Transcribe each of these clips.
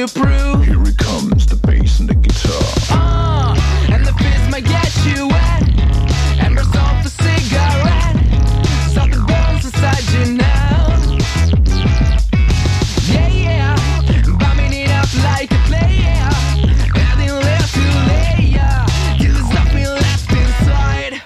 you prove. Here it comes, the bass and the guitar. And the fizz might get you wet. And burst off the cigarette. Something burns inside you now. Yeah, yeah. Bumming it up like a player. Adding layer to layer. Till there's nothing left inside.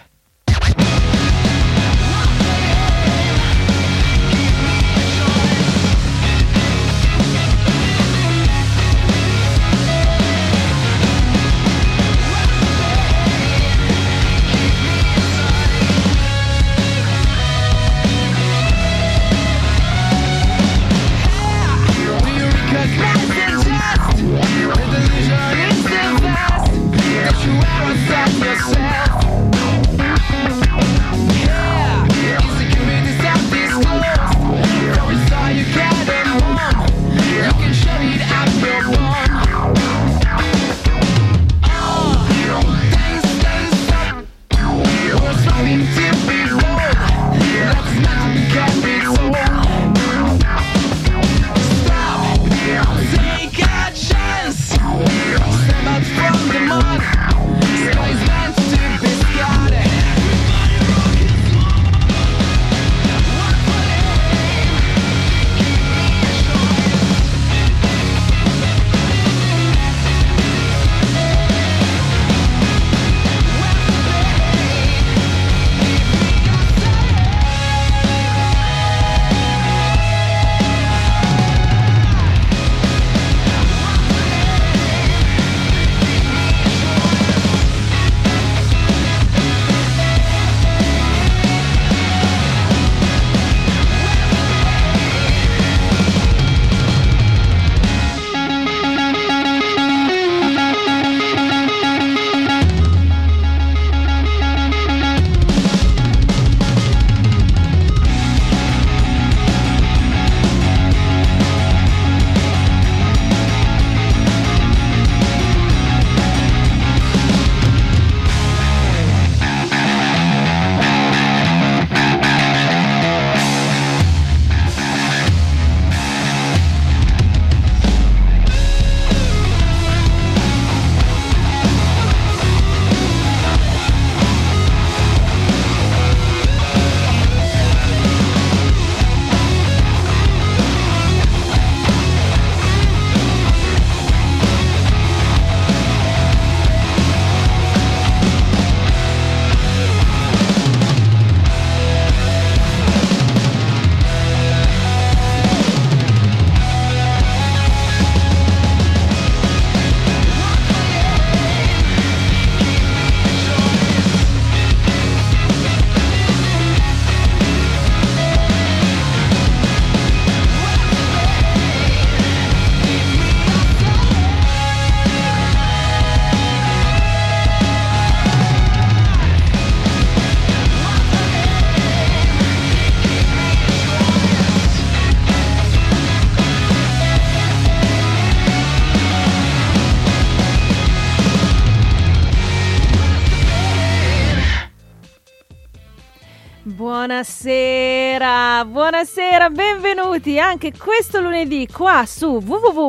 Buonasera, benvenuti anche questo lunedì qua su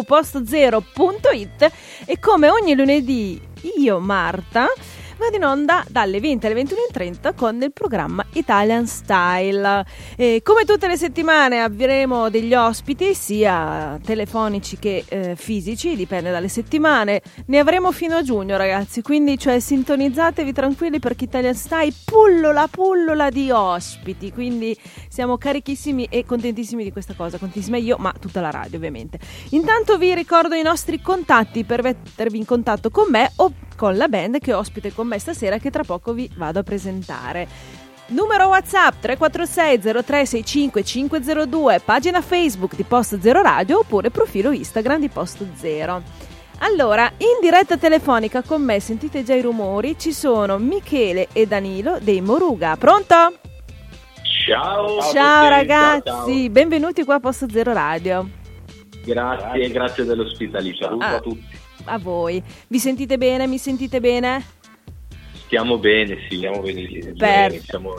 www.postzero.it e come ogni lunedì io, Marta, vado in onda dalle 20 alle 21:30 con il programma Italian Style. Come tutte le settimane avremo degli ospiti sia telefonici che fisici, dipende dalle settimane. Ne avremo fino a giugno, ragazzi, quindi sintonizzatevi tranquilli perché Italian Style pullola di ospiti, quindi siamo carichissimi e contentissimi di questa cosa, contentissima io, ma tutta la radio ovviamente. Intanto vi ricordo i nostri contatti per mettervi in contatto con me o con la band che ospite con me stasera, che tra poco vi vado a presentare. Numero WhatsApp 346 0365 502, pagina Facebook di Post Zero Radio oppure profilo Instagram di Post Zero. Allora, in diretta telefonica con me, sentite già i rumori, ci sono Michele e Danilo dei Moruga. Pronto? Ciao ragazzi, ciao. Benvenuti qua a Post Zero Radio. Grazie dell'ospitalità. Saluto a tutti. A voi. Vi sentite bene? Mi sentite bene? Stiamo bene, sì, stiamo bene.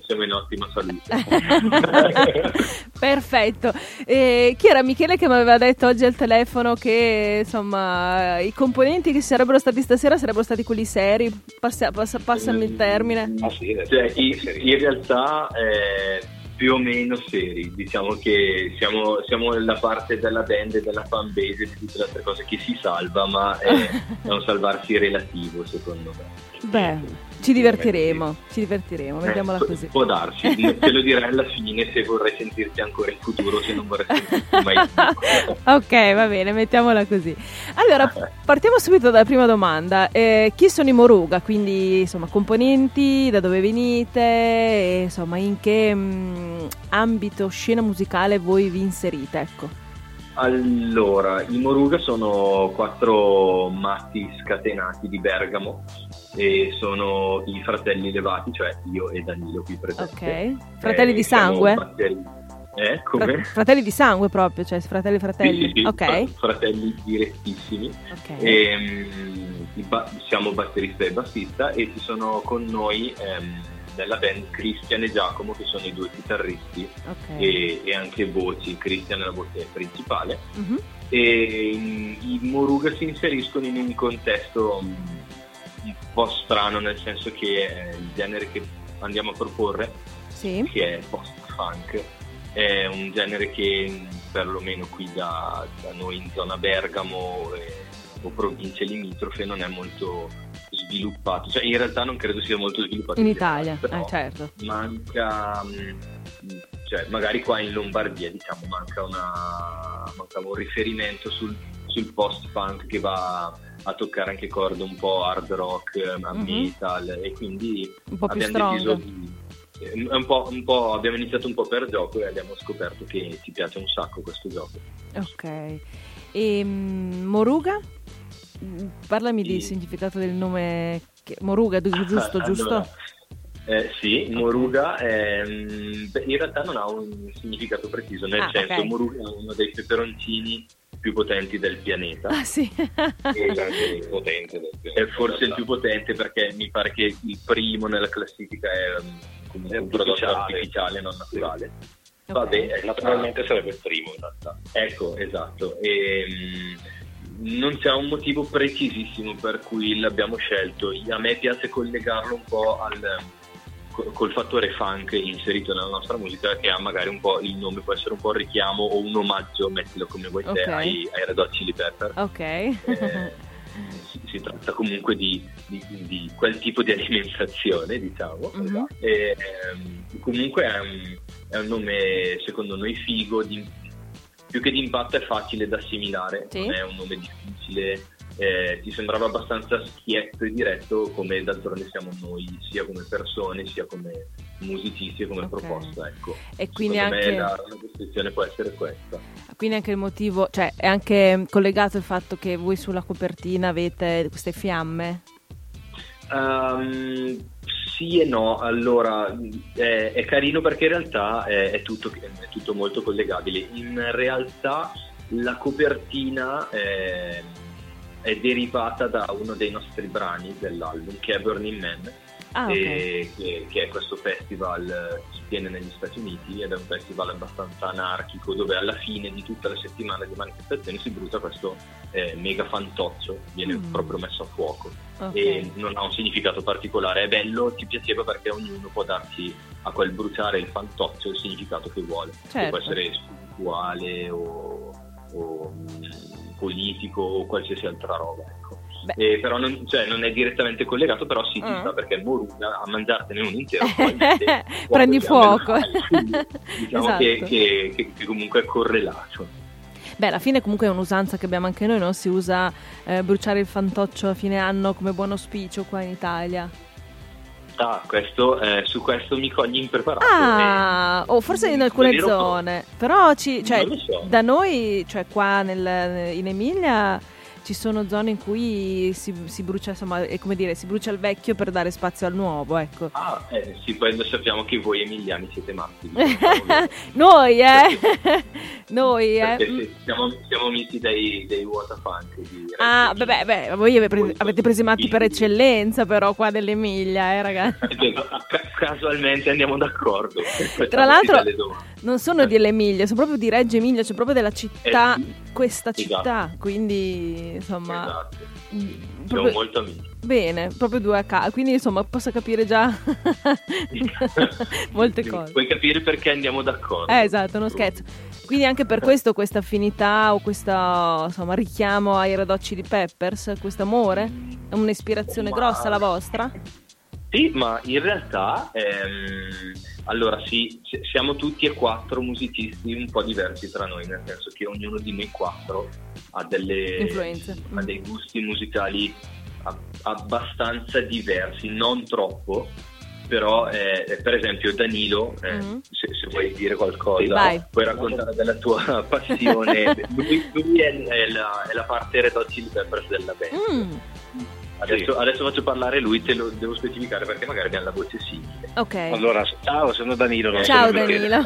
siamo in ottima salute. Perfetto. Chi era Michele che mi aveva detto oggi al telefono che insomma i componenti che sarebbero stati stasera sarebbero stati quelli seri? Passami il termine. Cioè, in realtà più o meno seri, diciamo che siamo la parte della band e della fan base e di tutte le altre cose che si salva, ma è un salvarsi relativo, secondo me. Beh, ci divertiremo, mettiamola così. Può darsi, te lo direi alla fine se vorrei sentirti ancora in futuro, se non vorrei sentirti mai. Ok, va bene, mettiamola così. Allora, partiamo subito dalla prima domanda. Chi sono i Moruga? Quindi, insomma, componenti, da dove venite, e, insomma, in che ambito, scena musicale voi vi inserite, ecco. Allora, i Moruga sono 4 matti scatenati di Bergamo e sono i fratelli Levati, cioè io e Danilo qui presenti. Ok, fratelli di sangue? Come? Fratelli di sangue proprio, cioè fratelli. Sì. Ok. Fratelli direttissimi. Ok. Siamo batterista e bassista e ci sono con noi nella band Cristian e Giacomo, che sono i 2 chitarristi, okay, e anche voci. Cristian è la voce principale. Uh-huh. E i Moruga si inseriscono in un contesto un po' strano, nel senso che il genere che andiamo a proporre, sì, che è post-funk, è un genere che perlomeno qui da noi in zona Bergamo o province limitrofe non è molto sviluppato, cioè in realtà non credo sia molto sviluppato in Italia, certo. Manca, cioè magari qua in Lombardia diciamo manca un riferimento sul post-punk che va a toccare anche corde un po' hard rock, metal, e quindi un po' più abbiamo deciso un po' abbiamo iniziato un po' per gioco e abbiamo scoperto che ci piace un sacco questo gioco. Ok. E Moruga? Parlami del significato del nome. Moruga, giusto? Allora, sì, Moruga in realtà non ha un significato preciso, nel senso, okay, Moruga è uno dei peperoncini più potenti del pianeta. Ah, sì. È potente del pianeta. È forse il più potente, perché mi pare che il primo nella classifica è comunque un prodotto artificiale, non naturale. Okay. Vabbè, naturalmente sarebbe il primo in realtà. Ecco, esatto. Non c'è un motivo precisissimo per cui l'abbiamo scelto. A me piace collegarlo un po' col fattore funk inserito nella nostra musica, che ha magari un po' il nome, può essere un po' il richiamo o un omaggio, mettilo come vuoi te, ai Red Hot Chili Pepper. Ok. Si tratta comunque di quel tipo di alimentazione, diciamo. Uh-huh. Comunque è un nome secondo noi figo, più che di impatto è facile da assimilare, sì, non è un nome difficile, ci sembrava abbastanza schietto e diretto, come d'altronde siamo noi, sia come persone, sia come musicisti e come proposta, ecco. E quindi secondo me la descrizione può essere questa. Quindi anche il motivo, cioè è anche collegato il fatto che voi sulla copertina avete queste fiamme? Sì e no. Allora è carino perché in realtà è tutto molto collegabile. In realtà la copertina è derivata da uno dei nostri brani dell'album, che è Burning Man, okay, che è questo festival che si tiene negli Stati Uniti, ed è un festival abbastanza anarchico, dove alla fine di tutta la settimana di manifestazioni si brucia questo mega fantoccio, viene proprio messo a fuoco. Okay. E non ha un significato particolare, è bello, ci piaceva perché ognuno può darci a quel bruciare il fantoccio il significato che vuole, certo, che può essere spirituale o politico o qualsiasi altra roba, ecco. Però non è direttamente collegato, però sì, ci sta, perché Moruga, a mangiartene un intero prendi fuoco. Diciamo, esatto, che comunque è correlato. Beh, alla fine comunque è un'usanza che abbiamo anche noi, no? Si usa bruciare il fantoccio a fine anno come buon auspicio qua in Italia. Su questo mi cogli impreparato. O forse in alcune zone. Però da noi, cioè qua in Emilia, ci sono zone in cui si brucia, insomma, è come dire, si brucia il vecchio per dare spazio al nuovo, ecco. Sì, poi sappiamo che voi emiliani siete matti. Noi, Noi, Perché siamo miti dai Watafunk. Beh, voi avete preso i matti per eccellenza, però qua dell'Emilia, ragazzi. Casualmente andiamo d'accordo. Tra l'altro non sono dell'Emilia, sono proprio di Reggio Emilia, cioè proprio della città, questa città, quindi insomma siamo molto amici. Bene, proprio due a caso, quindi insomma posso capire già molte cose. Puoi capire perché andiamo d'accordo. Esatto, non scherzo. Quindi anche per questo questa affinità o questo, insomma, richiamo ai Red Hot Chili Peppers, questo amore? È un'ispirazione grossa la vostra? Sì, ma in realtà allora sì, siamo tutti e 4 musicisti un po' diversi tra noi, nel senso che ognuno di noi 4 ha delle influenze, ha dei gusti musicali abbastanza diversi, non troppo, però per esempio Danilo, se vuoi dire qualcosa, vai. Puoi raccontare della tua passione. lui è la parte Red Hot Chili Peppers della band. Adesso faccio parlare lui, te lo devo specificare perché magari abbiamo la voce simile. Ok. Allora, ciao, sono Danilo. Ciao Danilo.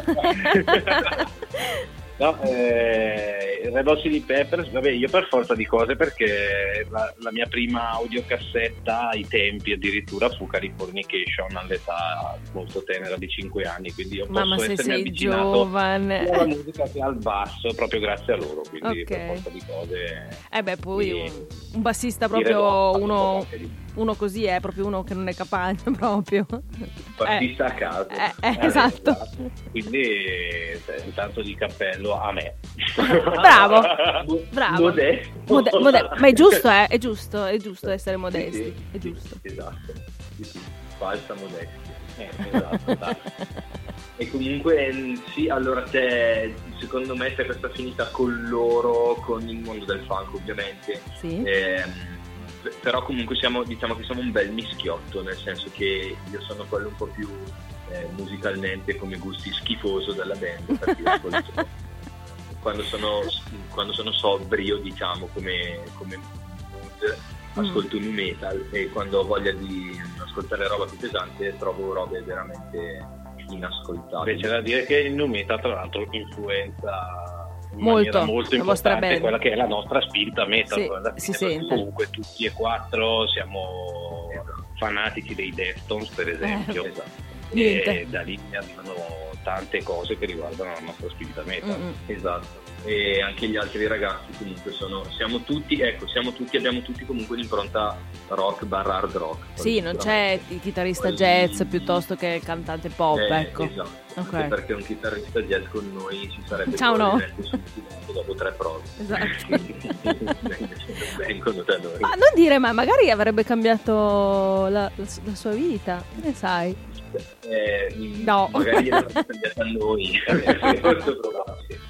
No, Red Hot Chili Peppers, vabbè, io per forza di cose, perché la mia prima audiocassetta ai tempi addirittura fu Californication all'età molto tenera di 5 anni, quindi io Mamma, posso se essermi sei avvicinato giovane alla musica che al basso proprio grazie a loro, quindi per forza di cose. Poi un bassista proprio uno così è proprio uno che non è capace proprio. Bassista a caso. Esatto. Quindi intanto di cappello a me. Bravo. Modesto. Ma è giusto essere modesti. Sì, è giusto. Esatto. Sì. Falsa modestia. Esatto. E comunque sì, allora secondo me c'è questa affinità con loro, con il mondo del funk ovviamente. Sì. Però comunque diciamo che siamo un bel mischiotto, nel senso che io sono quello un po' più musicalmente come gusti schifoso della band, perché io ascolto quando sono sobrio, diciamo, come mood, ascolto nu metal, e quando ho voglia di ascoltare roba più pesante trovo robe veramente inascoltabili. C'è da dire che il nu metal tra l'altro influenza in molto maniera molto la vostra importante band, quella che è la nostra spinta metal. Sì, Alla fine, si sente. comunque tutti e 4 siamo fanatici dei Deftones, per esempio. Esatto. Niente. E da lì arrivano tante cose che riguardano la nostra spinta metal. Esatto. E anche gli altri ragazzi comunque abbiamo tutti comunque un'impronta rock / hard rock. Sì, non c'è il chitarrista jazz piuttosto che il cantante pop, ecco. Esatto, Ok. anche perché un chitarrista jazz con noi si sarebbe probabilmente suicidato dopo 3 prove. Esatto. Vengono da noi. Ma non dire, ma magari avrebbe cambiato la sua vita, che ne sai? No. Magari l'avrebbe cambiata a noi. Molto probabile.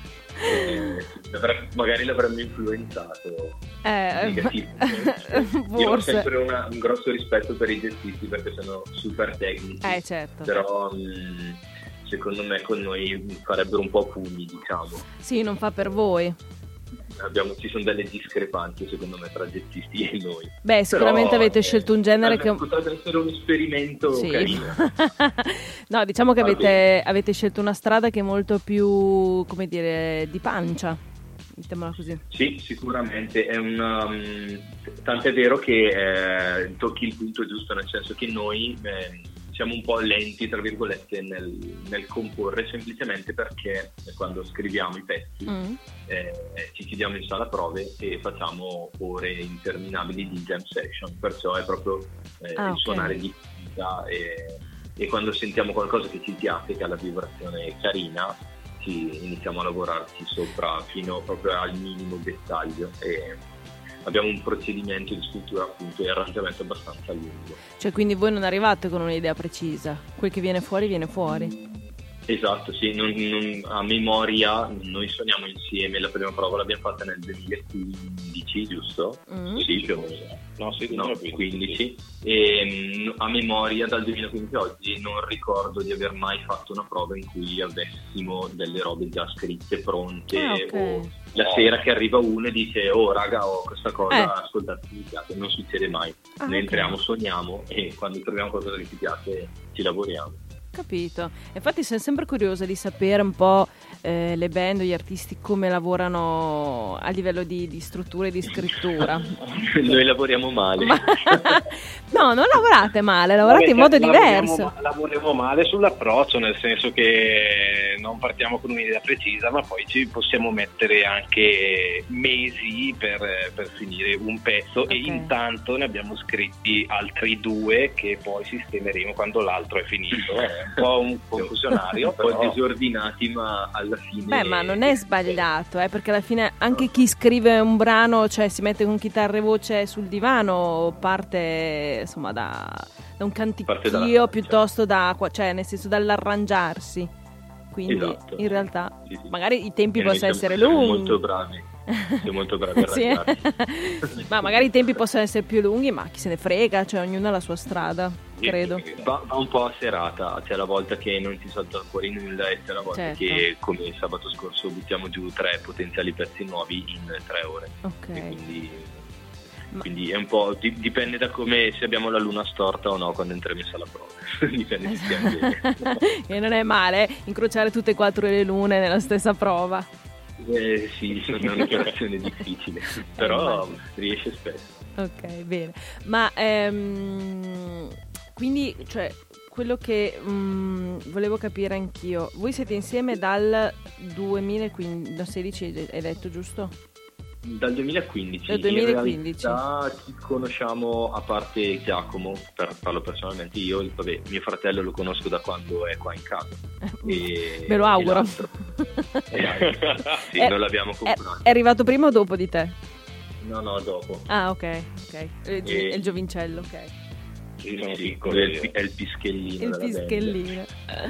Magari l'avremmo influenzato negativamente. Io ho sempre un grosso rispetto per i jazzisti perché sono super tecnici, certo. Però secondo me con noi farebbero un po' pugni, diciamo. Sì, non fa per voi. Ci sono delle discrepanze secondo me tra jazzisti e noi. Beh, sicuramente avete scelto un genere che potrebbe essere un esperimento carino. No, diciamo che avete scelto una strada che è molto più, come dire, di pancia, mettiamola così. Sì, sicuramente tant'è vero che tocchi il punto giusto, nel senso che noi siamo un po' lenti, tra virgolette, nel comporre, semplicemente perché quando scriviamo i pezzi ci chiudiamo in sala prove e facciamo ore interminabili di jam session, perciò è proprio il suonare di musica, e quando sentiamo qualcosa che ci piace, che ha la vibrazione carina, iniziamo a lavorarci sopra fino proprio al minimo dettaglio, e abbiamo un procedimento di scrittura appunto e arrangiamento abbastanza lungo. Cioè, quindi voi non arrivate con un'idea precisa, quel che viene fuori. Esatto, sì, a memoria noi suoniamo insieme, la prima prova l'abbiamo fatta nel 2015, 15, giusto? Sì, più o meno. No, sì, No, 15. E a memoria dal 2015 a oggi non ricordo di aver mai fatto una prova in cui avessimo delle robe già scritte, pronte, ok. o la sera che arriva uno e dice oh raga ho questa cosa, ascoltate, mi piace. Non succede mai. Noi ok. entriamo, suoniamo e quando troviamo qualcosa che ci piace ci lavoriamo. Capito. Infatti sono sempre curiosa di sapere un po' le band o gli artisti come lavorano a livello di struttura e di scrittura. Noi lavoriamo male. No, non lavorate male, lavorate in modo diverso. Lavoriamo male sull'approccio, nel senso che non partiamo con un'idea precisa, ma poi ci possiamo mettere anche mesi per finire un pezzo, Ok. e intanto ne abbiamo scritti altri 2 che poi sistemeremo quando l'altro è finito. È un po' un confusionario, un po' però disordinati, ma alla fine Beh, ma non è sbagliato, perché alla fine anche chi scrive un brano, cioè si mette con chitarra e voce sul divano, parte insomma da un Parte canticchio dalla piuttosto cioè nel senso dall'arrangiarsi. Quindi Esatto. in realtà Sì, sì. magari i tempi E noi possono essere siamo lunghi. molto bravi. Siamo molto bravi a Sì. arrangiarci. Ma magari i tempi possono essere più lunghi, ma chi se ne frega, cioè ognuno ha la sua strada, credo. Va un po' a serata, c'è la volta che non ti salta fuori nulla e c'è la volta Certo. che come sabato scorso buttiamo giù 3 potenziali pezzi nuovi in 3 ore. Ok. E quindi è un po' dipende da come, se abbiamo la luna storta o no quando entriamo in sala prove. Dipende se stiamo bene. E non è male incrociare tutte e 4 le lune nella stessa prova. Sì, sono un'operazione difficile, però riesce spesso. Ok, bene. Ma quindi, cioè, quello che volevo capire anch'io, voi siete insieme dal 2016, hai detto, giusto? Dal 2015. Dal 2015. In realtà ci conosciamo, a parte Giacomo, parlo personalmente io, vabbè, mio fratello lo conosco da quando è qua in casa. Me lo auguro. Sì, non l'abbiamo comprato. È arrivato prima o dopo di te? No, dopo. Ah, ok. È il giovincello, ok. sì, sono Sì, piccoli. è il pischellino. Il della band. pischellino.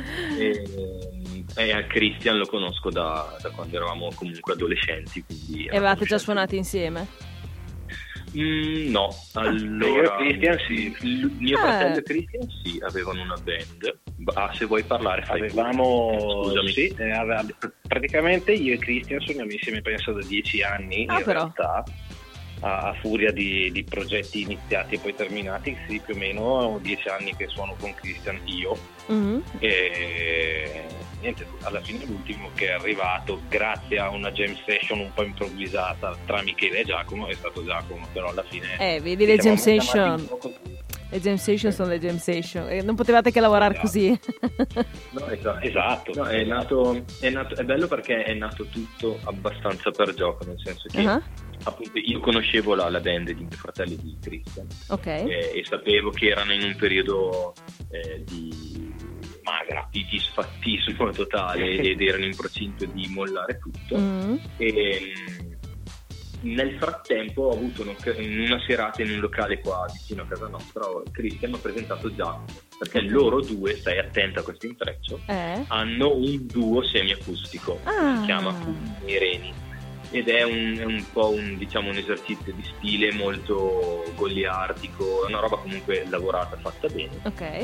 E a Christian lo conosco da quando eravamo comunque adolescenti. Quindi E avevate già suonato insieme? No, allora Io e Christian sì. Mio fratello e Christian sì, avevano una band. Se vuoi parlare fai Avevamo, Scusami. sì, praticamente io e Christian suoniamo insieme penso da 10 anni in però. realtà, a furia di progetti iniziati e poi terminati, sì, più o meno 10 anni che suono con Christian io. Mhm. E niente, alla fine l'ultimo che è arrivato grazie a una jam session un po' improvvisata tra Michele e Giacomo è stato Giacomo, però alla fine Vedi le jam siamo chiamati session. un po' così. Le jam session sono le jam session. E non potevate che lavorare così. No, Esatto. No, è nato, è bello perché è nato tutto abbastanza per gioco, nel senso che Ah, appunto io conoscevo la band di mio fratello e di Christian ok. e sapevo che erano in un periodo di sfattismo totale ed erano in procinto di mollare tutto. Mm. E nel frattempo ho avuto una serata in un locale qua vicino a casa nostra. Christian mi ha presentato Giacomo perché loro due, stai attenta a questo intreccio, hanno un duo semiacustico che si chiama Pugni e Reni ed è un po' diciamo un esercizio di stile molto goliardico, è una roba comunque lavorata, fatta bene. Ok.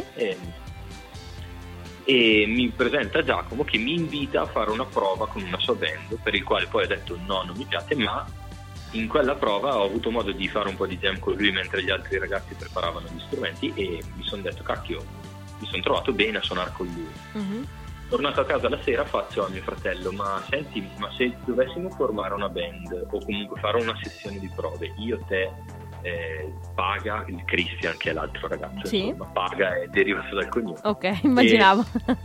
E mi presenta Giacomo che mi invita a fare una prova con una sua band, per il quale poi ho detto no, non mi piace, ma in quella prova ho avuto modo di fare un po' di jam con lui mentre gli altri ragazzi preparavano gli strumenti e mi sono detto cacchio, mi sono trovato bene a suonare con lui. Mm-hmm. Tornato a casa la sera faccio a mio fratello ma senti, ma se dovessimo formare una band o comunque fare una sessione di prove, io te paga il Christian che è l'altro ragazzo, sì. Insomma, paga è derivato dal cognome. Ok, immaginavo.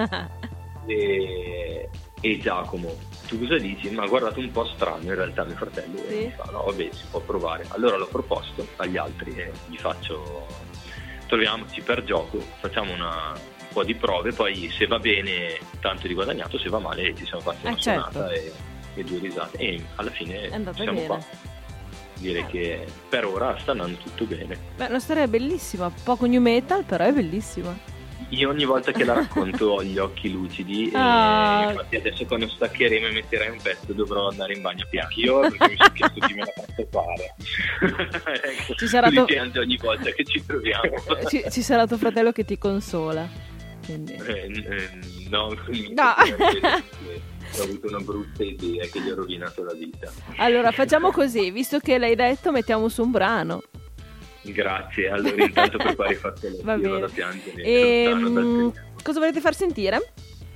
E Giacomo, tu cosa dici? Ma ha guardato un po' strano in realtà mio fratello Sì. e mi fa no vabbè si può provare. Allora l'ho proposto agli altri e gli faccio troviamoci per gioco, facciamo un po' di prove, poi se va bene tanto di guadagnato, se va male ci siamo fatti una suonata certo. e 2 risate e alla fine È andata siamo bene. qua. Direi che per ora sta andando tutto bene. Beh, una storia bellissima, poco new metal, però è bellissima. io ogni volta che la racconto ho gli occhi lucidi e infatti adesso quando staccheremo e metterai un pezzo dovrò andare in bagno a piangere. Io perché mi sono chiesto chi me la faccio fare. Ecco, Ci sarà tu piangi ogni volta che ci troviamo. ci sarà tuo fratello che ti consola. Quindi. No. Ho avuto una brutta idea che gli ho rovinato la vita. Allora facciamo così, visto che l'hai detto, mettiamo su un brano. Grazie, allora intanto prepari i fazzoletti. Va bene. Vado a piangere. Cosa volete far sentire?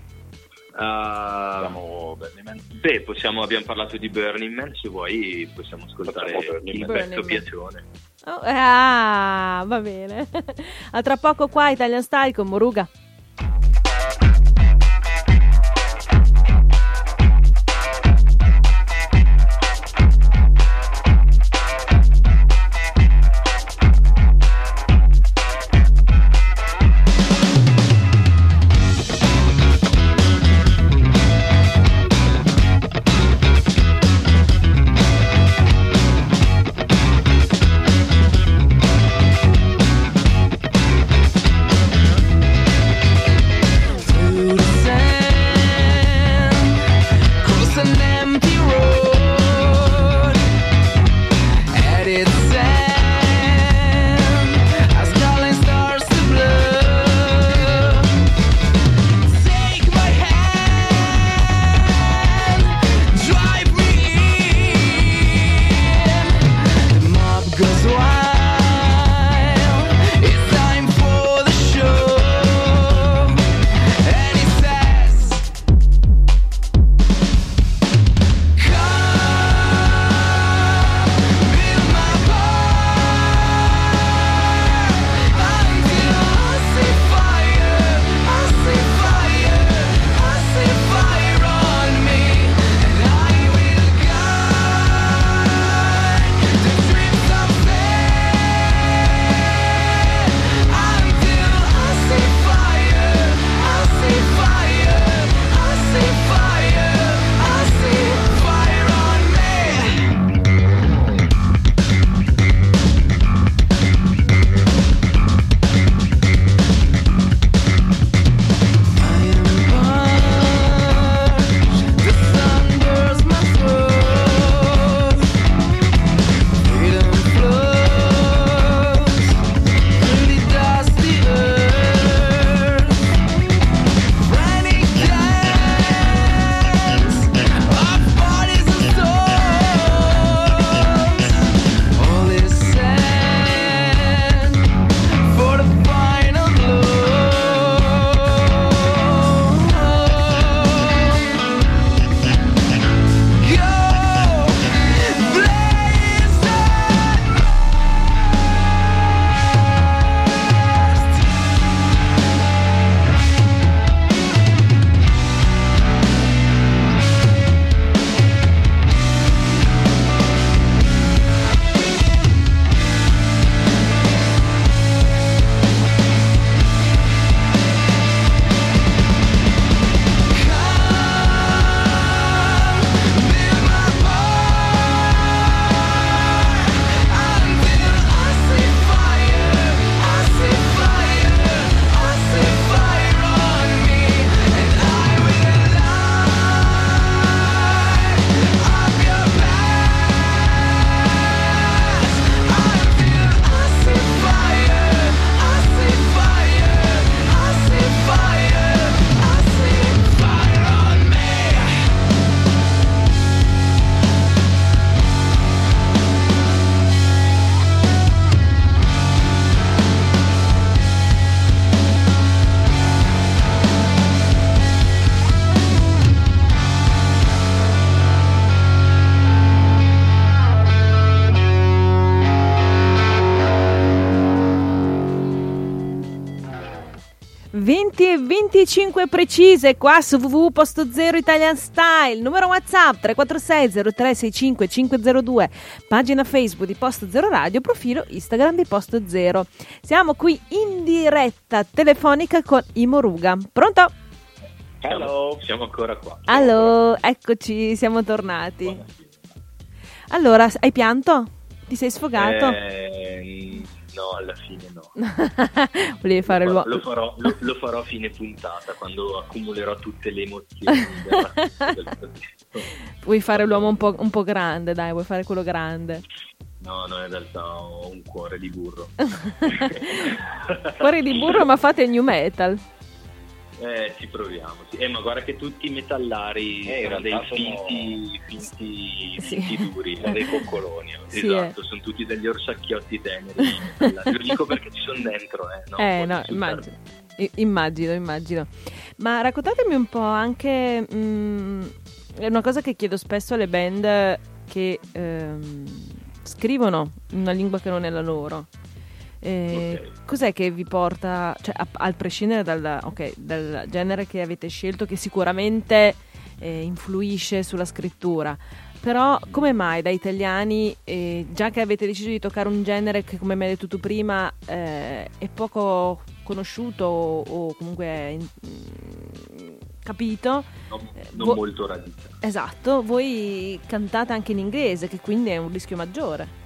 Abbiamo abbiamo parlato di Burning Man, se vuoi possiamo ascoltare il pezzo piacione. Va bene. A tra poco qua Italian Style con Moruga. e 25 precise qua su www.posto0 Italian Style, numero WhatsApp 346 0365 502, pagina Facebook di Posto Zero Radio, profilo Instagram di Posto Zero. Siamo qui in diretta telefonica con Imoruga. Pronto? Hello, siamo ancora qua. Allora, eccoci, siamo tornati. Allora, hai pianto? Ti sei sfogato? No, alla fine no. Volevi fare l'uomo. Lo farò a fine puntata, quando accumulerò tutte le emozioni del progetto. Vuoi fare l'uomo un po' grande, dai, vuoi fare quello grande. No, in realtà ho un cuore di burro. Cuore di burro, ma fate new metal. Ci proviamo, sì. Ma guarda che tutti i metallari sono dei finti duri, sono dei coccoloni. Sì, esatto, sono tutti degli orsacchiotti teneri. Lo dico perché ci sono dentro. No, immagino. Ma raccontatemi un po' anche è una cosa che chiedo spesso alle band che scrivono in una lingua che non è la loro. Okay. Cos'è che vi porta, cioè al prescindere dal genere che avete scelto, che sicuramente influisce sulla scrittura, però come mai da italiani, già che avete deciso di toccare un genere che, come mi hai detto tu prima, è poco conosciuto o comunque capito, non molto radicato. Esatto, voi cantate anche in inglese, che quindi è un rischio maggiore.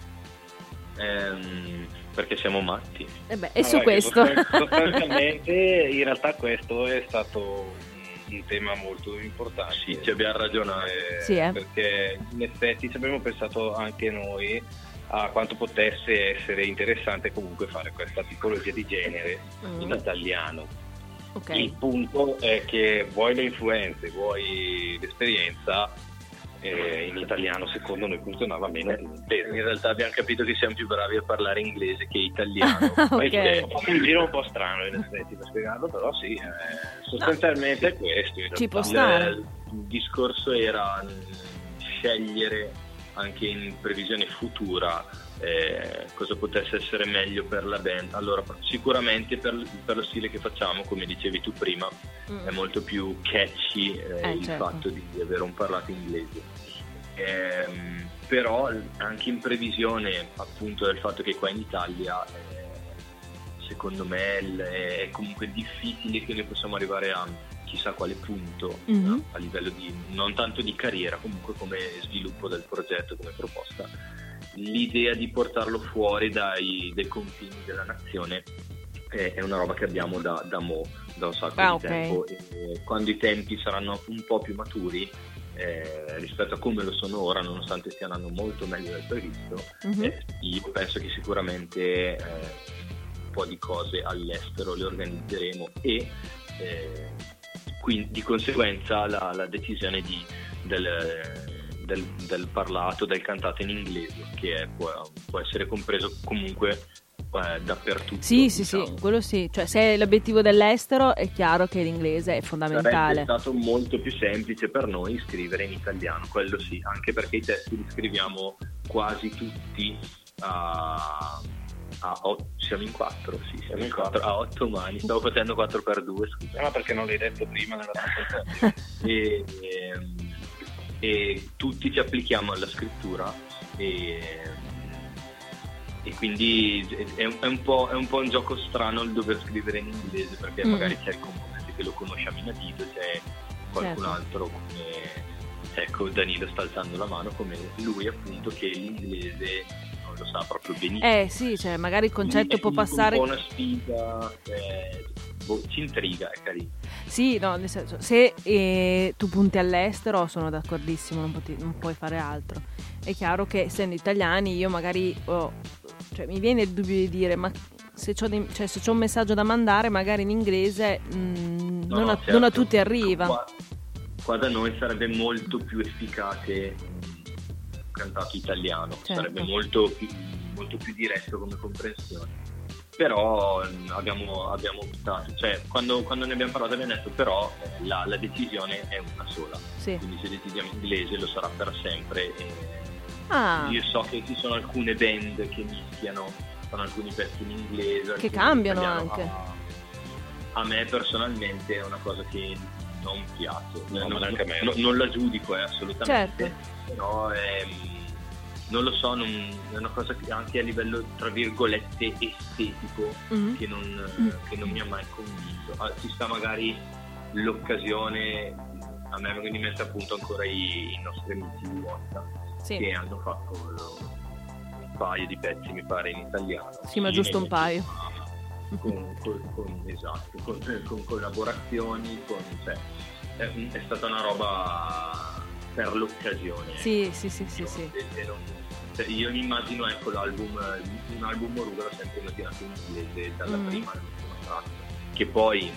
Perché siamo matti. E su questo sostanzialmente in realtà questo è stato un tema molto importante. Sì, ci abbiamo ragionato. Perché in effetti ci abbiamo pensato anche noi a quanto potesse essere interessante comunque fare questa tipologia di genere in italiano. Okay. Il punto è che vuoi le influenze, vuoi l'esperienza, in italiano secondo noi funzionava meno. In realtà abbiamo capito che siamo più bravi a parlare inglese che italiano. Okay. Un giro un po' strano in effetti per spiegarlo, però sì, sostanzialmente è questo. Ci può stare. Il discorso era scegliere anche in previsione futura cosa potesse essere meglio per la band. Allora, sicuramente per lo stile che facciamo, come dicevi tu prima, è molto più catchy il fatto di avere un parlato inglese. Però anche in previsione appunto del fatto che qua in Italia secondo me è comunque difficile che noi possiamo arrivare a chissà quale punto a livello di, non tanto di carriera, comunque come sviluppo del progetto, come proposta. L'idea di portarlo fuori dai confini della nazione è una roba che abbiamo da un sacco di tempo, e quando i tempi saranno un po' più maturi rispetto a come lo sono ora, nonostante stiano andando molto meglio del previsto, io penso che sicuramente un po' di cose all'estero le organizzeremo e quindi di conseguenza la decisione del parlato, del cantato in inglese, che può essere compreso comunque dappertutto. Sì, quello sì. Cioè, se è l'obiettivo dell'estero, è chiaro che l'inglese è fondamentale. Sarebbe stato molto più semplice per noi scrivere in italiano, quello sì, anche perché i testi li scriviamo quasi tutti siamo in 4, sì, siamo in 4 a 8 mani. Stavo facendo 4x2, scusa. Ma perché non l'hai detto prima nella presentazione? e tutti ci applichiamo alla scrittura e quindi è un po' un gioco strano il dover scrivere in inglese, perché magari c'è il componente che lo conosce a menadito, c'è qualcun altro come, ecco, Danilo sta alzando la mano, come lui appunto, che l'inglese non lo sa proprio benissimo. Sì, cioè magari il concetto può passare un po' una sfida, ci intriga, è carino. Sì, no, nel senso, se tu punti all'estero sono d'accordissimo, non puoi fare altro. È chiaro che essendo italiani io magari cioè, mi viene il dubbio di dire, ma se c'ho un messaggio da mandare magari in inglese non a tutti arriva. Qua da noi sarebbe molto più efficace cantato italiano, sarebbe molto più diretto come comprensione. Però abbiamo optato, cioè quando ne abbiamo parlato abbiamo detto però la decisione è una sola, quindi se decidiamo inglese lo sarà per sempre. Io so che ci sono alcune band che mischiano con alcuni pezzi in inglese, che cambiano anche. A me personalmente è una cosa che non piace, anche a me. Non la giudico assolutamente, però non lo so, è una cosa che anche a livello tra virgolette estetico che non mi ha mai convinto. Ci sta magari l'occasione, a me vengono in mente appunto ancora i nostri amici di Volta, che hanno fatto paio di pezzi mi pare in italiano. Sì, ma giusto un paio. Esatto, con collaborazioni, è stata una roba per l'occasione. Sì. Cioè, io mi immagino, ecco, un album Moruga l'ho sempre immaginato in inglese dalla prima all'ultima traccia, che poi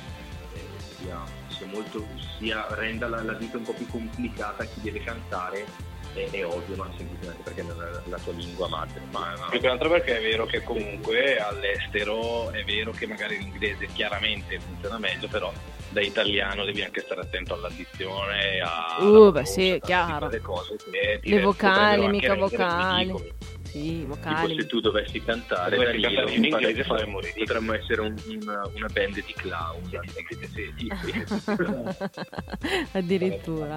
renda la vita un po' più complicata a chi deve cantare, è ovvio, ma semplicemente perché non è la tua lingua madre. Più che altro perché è vero che comunque all'estero è vero che magari l'inglese chiaramente funziona meglio, però da italiano devi anche stare attento all'addizione, sì, chiaro. Le cose che le vocali, mica rendere vocali. ridicoli. Sì, vocali. Tipo, se tu dovessi cantare in inglese faremmo ridicolo. Potremmo essere una band di clown. Addirittura.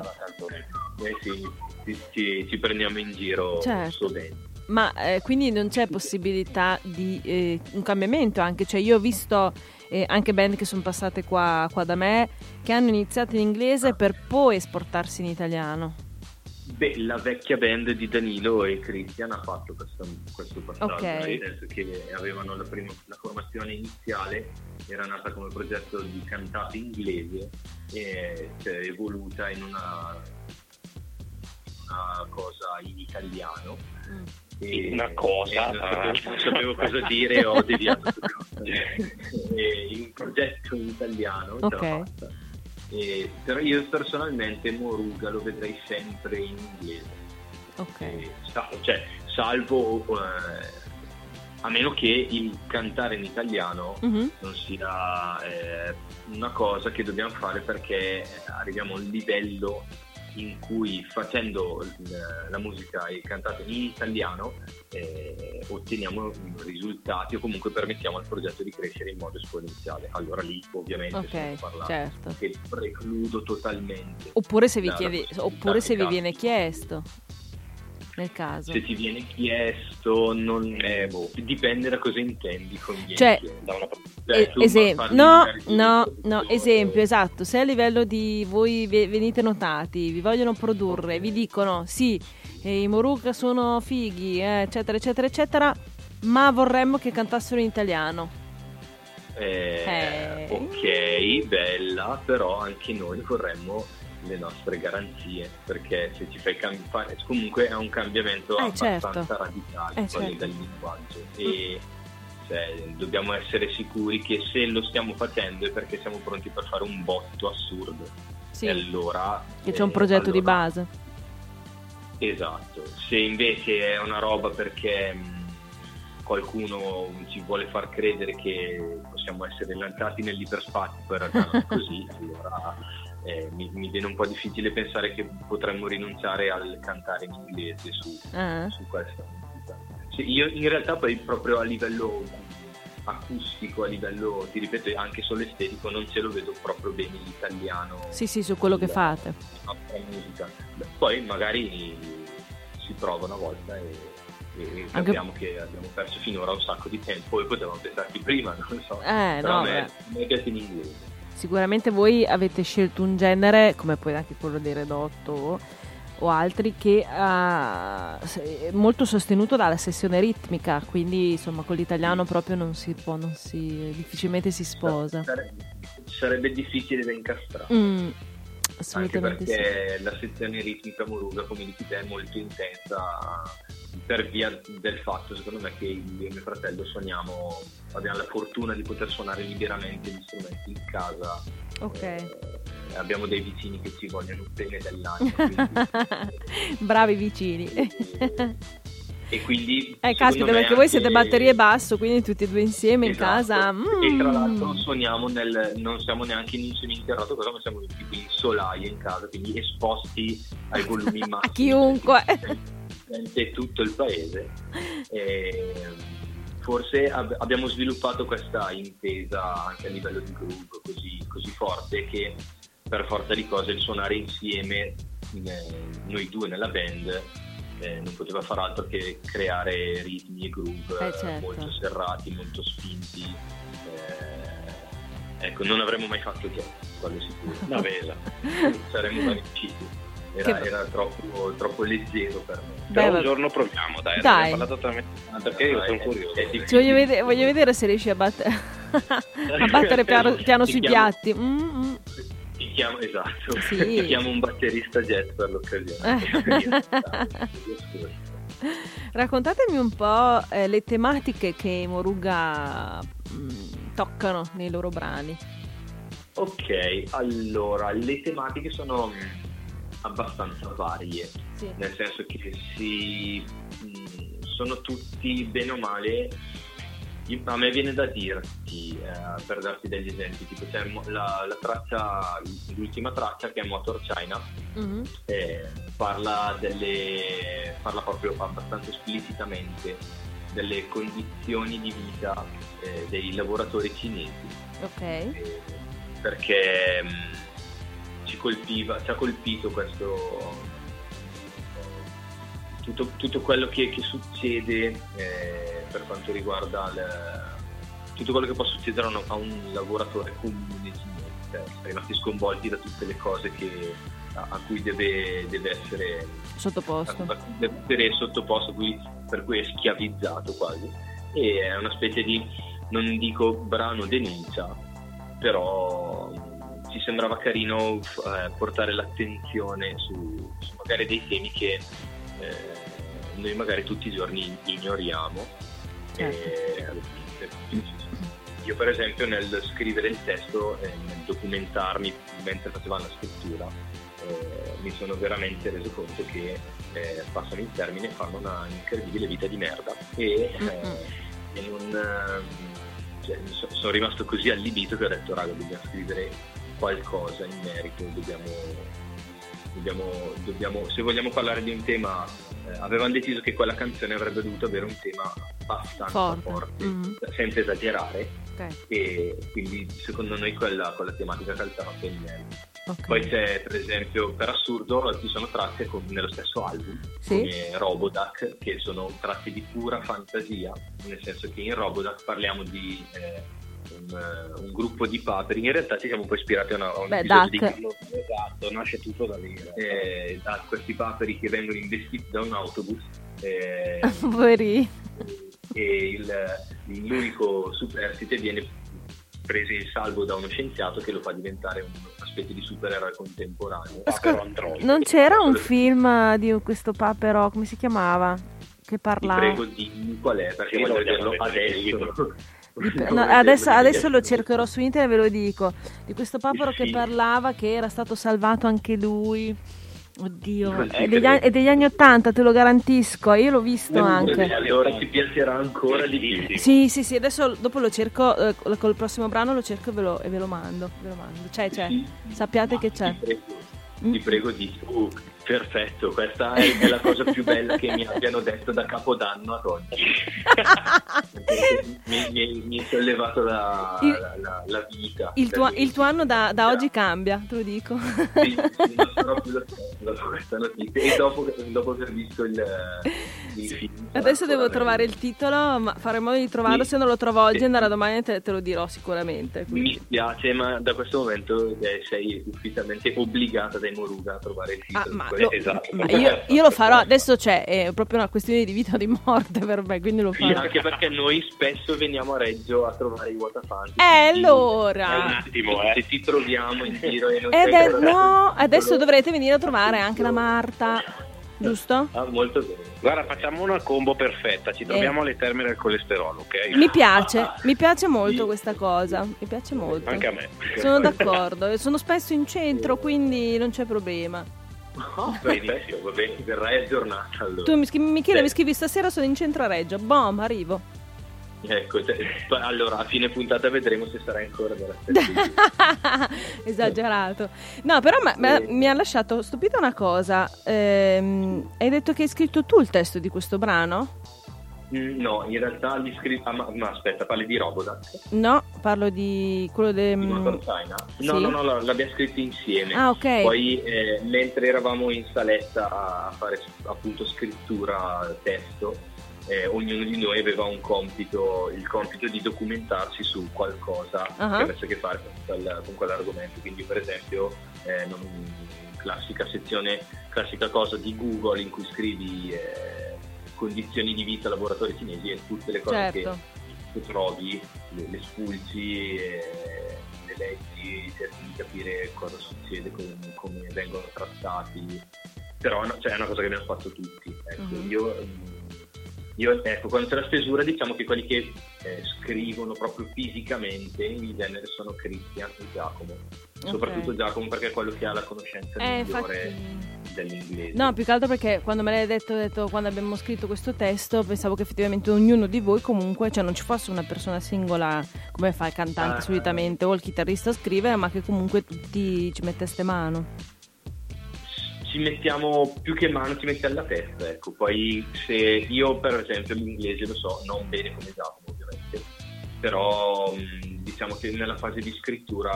Ci prendiamo in giro. Certo. Bene. Ma quindi non c'è possibilità di un cambiamento anche? Cioè, io ho visto anche band che sono passate qua da me, che hanno iniziato in inglese per poi esportarsi in italiano. Beh, la vecchia band di Danilo e Christian ha fatto questo passaggio, nel senso che avevano la formazione iniziale, era nata come progetto di cantate inglese e si è evoluta in una cosa in italiano. Una cosa, non sapevo cosa dire, ho deviato un progetto in italiano, ce l'ho fatta. Però io personalmente Moruga lo vedrei sempre in inglese, salvo a meno che il cantare in italiano non sia una cosa che dobbiamo fare, perché arriviamo a un livello in cui, facendo la musica e cantate in italiano, otteniamo risultati, o comunque permettiamo al progetto di crescere in modo esponenziale. Allora lì ovviamente stiamo parlando, che precludo totalmente. Oppure se vi viene chiesto, nel caso. Se ti viene chiesto, dipende da cosa intendi con niente. Cioè, esempio, esatto. Se a livello di voi venite notati, vi vogliono produrre, vi dicono sì, i Moruga sono fighi, eccetera eccetera eccetera, ma vorremmo che cantassero in italiano. Ok, bella, però anche noi vorremmo le nostre garanzie, perché se ci fai cambiare, comunque è un cambiamento abbastanza radicale del linguaggio, e dobbiamo essere sicuri che se lo stiamo facendo è perché siamo pronti per fare un botto assurdo. E allora che c'è un progetto di base. Esatto. Se invece è una roba perché qualcuno ci vuole far credere che possiamo essere lanciati nell'iperspazio, per così, allora mi viene un po' difficile pensare che potremmo rinunciare al cantare in inglese su questa musica. Io in realtà poi proprio a livello acustico, a livello, ti ripeto, anche solo estetico, non ce lo vedo proprio bene l'italiano. Sì, su quello che fate. Musica. Poi magari si prova una volta e capiamo che abbiamo perso finora un sacco di tempo e potevamo pensarci prima, non so. Però a me piace in inglese. Sicuramente voi avete scelto un genere, come poi anche quello dei Red Hot o altri, che è molto sostenuto dalla sessione ritmica, quindi insomma con l'italiano proprio difficilmente si sposa. Sarebbe difficile da incastrare. Assolutamente. Anche perché la sezione ritmica Moruga, come dici te, è molto intensa, per via del fatto, secondo me, che io e mio fratello abbiamo la fortuna di poter suonare liberamente gli strumenti in casa. Abbiamo dei vicini che ci vogliono bene dell'anima. Bravi vicini. E quindi caspita, perché voi siete batteria e basso, quindi tutti e due insieme in casa. E tra l'altro suoniamo non siamo neanche in un seminterrato, ma siamo tipo in solaio in casa, quindi esposti ai volumi massimi a chiunque, tutto il paese. Forse abbiamo sviluppato questa intesa anche a livello di gruppo così forte, che per forza di cose il suonare insieme, noi due nella band, non poteva far altro che creare ritmi e groove molto serrati, molto spinti. Ecco, non avremmo mai fatto quello sicuro. Saremmo mai riusciti. era troppo leggero per me. Però Beh, un giorno proviamo, dai. Dai. Abbiamo parlato talmente tanto, perché io sono curioso. Ci voglio vedere se riesci a battere piano sui piatti. Ti chiamo, esatto, Sì. ti chiamo un batterista jazz per l'occasione. Raccontatemi un po' le tematiche che i Moruga toccano nei loro brani. Ok, allora, le tematiche sono abbastanza varie, Sì. nel senso che sono tutti bene o male. A me viene da dirti, per darti degli esempi, tipo c'è l'ultima traccia che è Motor China, Mhm. parla proprio abbastanza esplicitamente delle condizioni di vita dei lavoratori cinesi, Ok. perché ci ha colpito questo tutto quello che succede per quanto riguarda tutto quello che può succedere a un lavoratore comune cinese. Siamo rimasti sconvolti da tutte le cose a cui deve essere Sottoposto. deve essere sottoposto, per cui è schiavizzato quasi, e è una specie di, non dico brano denuncia, però ci sembrava carino portare l'attenzione su magari dei temi che noi magari tutti i giorni ignoriamo. Io per esempio nel scrivere il testo e nel documentarmi mentre facevamo la scrittura mi sono veramente reso conto che passano il termine, fanno una incredibile vita di merda e non sono rimasto così allibito che ho detto raga, dobbiamo scrivere qualcosa in merito, dobbiamo, se vogliamo parlare di un tema, avevamo deciso che quella canzone avrebbe dovuto avere un tema abbastanza forte, senza esagerare, Ok. e quindi secondo noi quella tematica calzava bene. Ok. Poi c'è, per esempio, per assurdo ci sono tracce nello stesso album, Sì. come Roboduck, che sono tratti di pura fantasia, nel senso che in Roboduck parliamo di un gruppo di paperi. In realtà ci siamo un po' ispirati a un episodio di Duck. Grillo. Esatto, nasce tutto da lì. Da questi paperi che vengono investiti da un autobus Poveri. e l'unico superstite viene preso in salvo da uno scienziato che lo fa diventare una specie di supereroe contemporaneo. Papero androide. Non c'era un film di questo papero, come si chiamava? Che Ti parlava. prego dimmi qual è, perché voglio vederlo adesso. No, adesso lo cercherò su internet e ve lo dico. Di questo papero che parlava, che era stato salvato anche lui. Oddio, è degli anni 80, te lo garantisco. Io l'ho visto anche. Allora ti piacerà ancora di più. Sì, adesso dopo lo cerco, col prossimo brano lo cerco e ve lo mando. C'è, sappiate che c'è. Ti prego di perfetto, questa è la cosa più bella che mi abbiano detto da Capodanno ad oggi. mi è sollevato la vita. Il tuo anno da oggi cambia, te lo dico. Sì, non sarò più lo stesso dopo questa notizia e dopo aver visto il film. Adesso devo trovare il titolo, ma farò in modo di trovarlo. Se non lo trovo oggi, andrà domani te lo dirò sicuramente. Quindi. Mi spiace, ma da questo momento sei ufficialmente obbligata dai Moruga a trovare il titolo. Esatto. Ma io lo farò. Adesso è proprio una questione di vita o di morte per me, quindi lo Sì, farò. anche perché noi spesso veniamo a Reggio a trovare i Whatafan. Allora. Un attimo, Se ti troviamo in giro e non Adesso dovrete venire a trovare anche la Marta, giusto? Ah, molto bene. Guarda, facciamo una combo perfetta, ci troviamo alle Terme del Colesterolo, ok? Mi piace molto questa cosa, mi piace molto. Anche a me. Sono d'accordo, sono spesso in centro, quindi non c'è problema. Perfetto, va bene, verrai aggiornata allora. Tu Michele mi scrivi stasera sono in centro a Reggio, boom, arrivo. Ecco, allora a fine puntata vedremo se sarai ancora della stessa. Esagerato. No, però mi ha lasciato stupita una cosa. Hai detto che hai scritto tu il testo di questo brano? No, in realtà gli scritto. Ma aspetta, parli di Roboduck? No, parlo di quello Di Motor China? No, l'abbiamo scritto insieme. Ah, ok. Poi mentre eravamo in saletta a fare appunto scrittura testo, ognuno di noi aveva un compito, il compito di documentarsi su qualcosa che avesse a che fare con quell'argomento. Quindi per esempio classica cosa di Google in cui scrivi condizioni di vita, laboratori cinesi, e tutte le cose che trovi, le spulci, le leggi, cerchi di capire cosa succede, come vengono trattati, però è una cosa che abbiamo fatto tutti. Ecco, io quando c'è la stesura, diciamo che quelli che scrivono proprio fisicamente in genere sono Cristian e Giacomo, soprattutto Giacomo perché è quello che ha la conoscenza migliore dell'inglese. No, più che altro perché quando me l'hai detto quando abbiamo scritto questo testo, pensavo che effettivamente ognuno di voi comunque, cioè non ci fosse una persona singola come fa il cantante solitamente o il chitarrista a scrivere, ma che comunque tutti ci metteste mano. Ci mettiamo più che mano, ci mettiamo la testa, ecco. Poi se io per esempio l'inglese lo so non bene come Giacomo ovviamente, però diciamo che nella fase di scrittura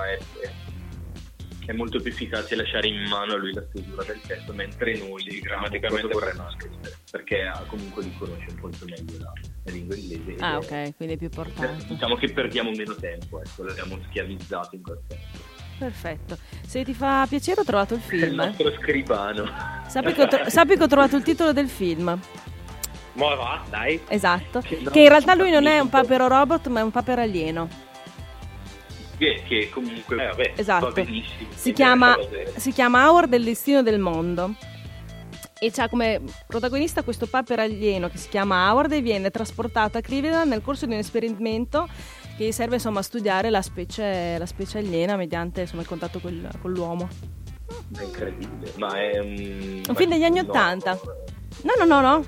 è molto più efficace lasciare in mano a lui la stesura del testo, mentre noi grammaticamente vorremmo scrivere, perché comunque lui conosce molto meglio la lingua inglese. Ok, quindi è più portato. Diciamo che perdiamo meno tempo, ecco, l'abbiamo schiavizzato in quel senso. Perfetto. Se ti fa piacere, ho trovato il film. Il nostro scrivano. Sappi che ho trovato il titolo del film. Ma va, dai. Esatto. Che in realtà lui non è un papero robot, ma è un papero alieno. Che comunque esatto. va benissimo. Si chiama Howard del destino del mondo. E c'ha come protagonista questo papero alieno che si chiama Howard e viene trasportato a Cleveland nel corso di un esperimento che gli serve insomma a studiare la specie aliena mediante insomma il contatto con l'uomo. È incredibile, ma è un film degli anni '80. No.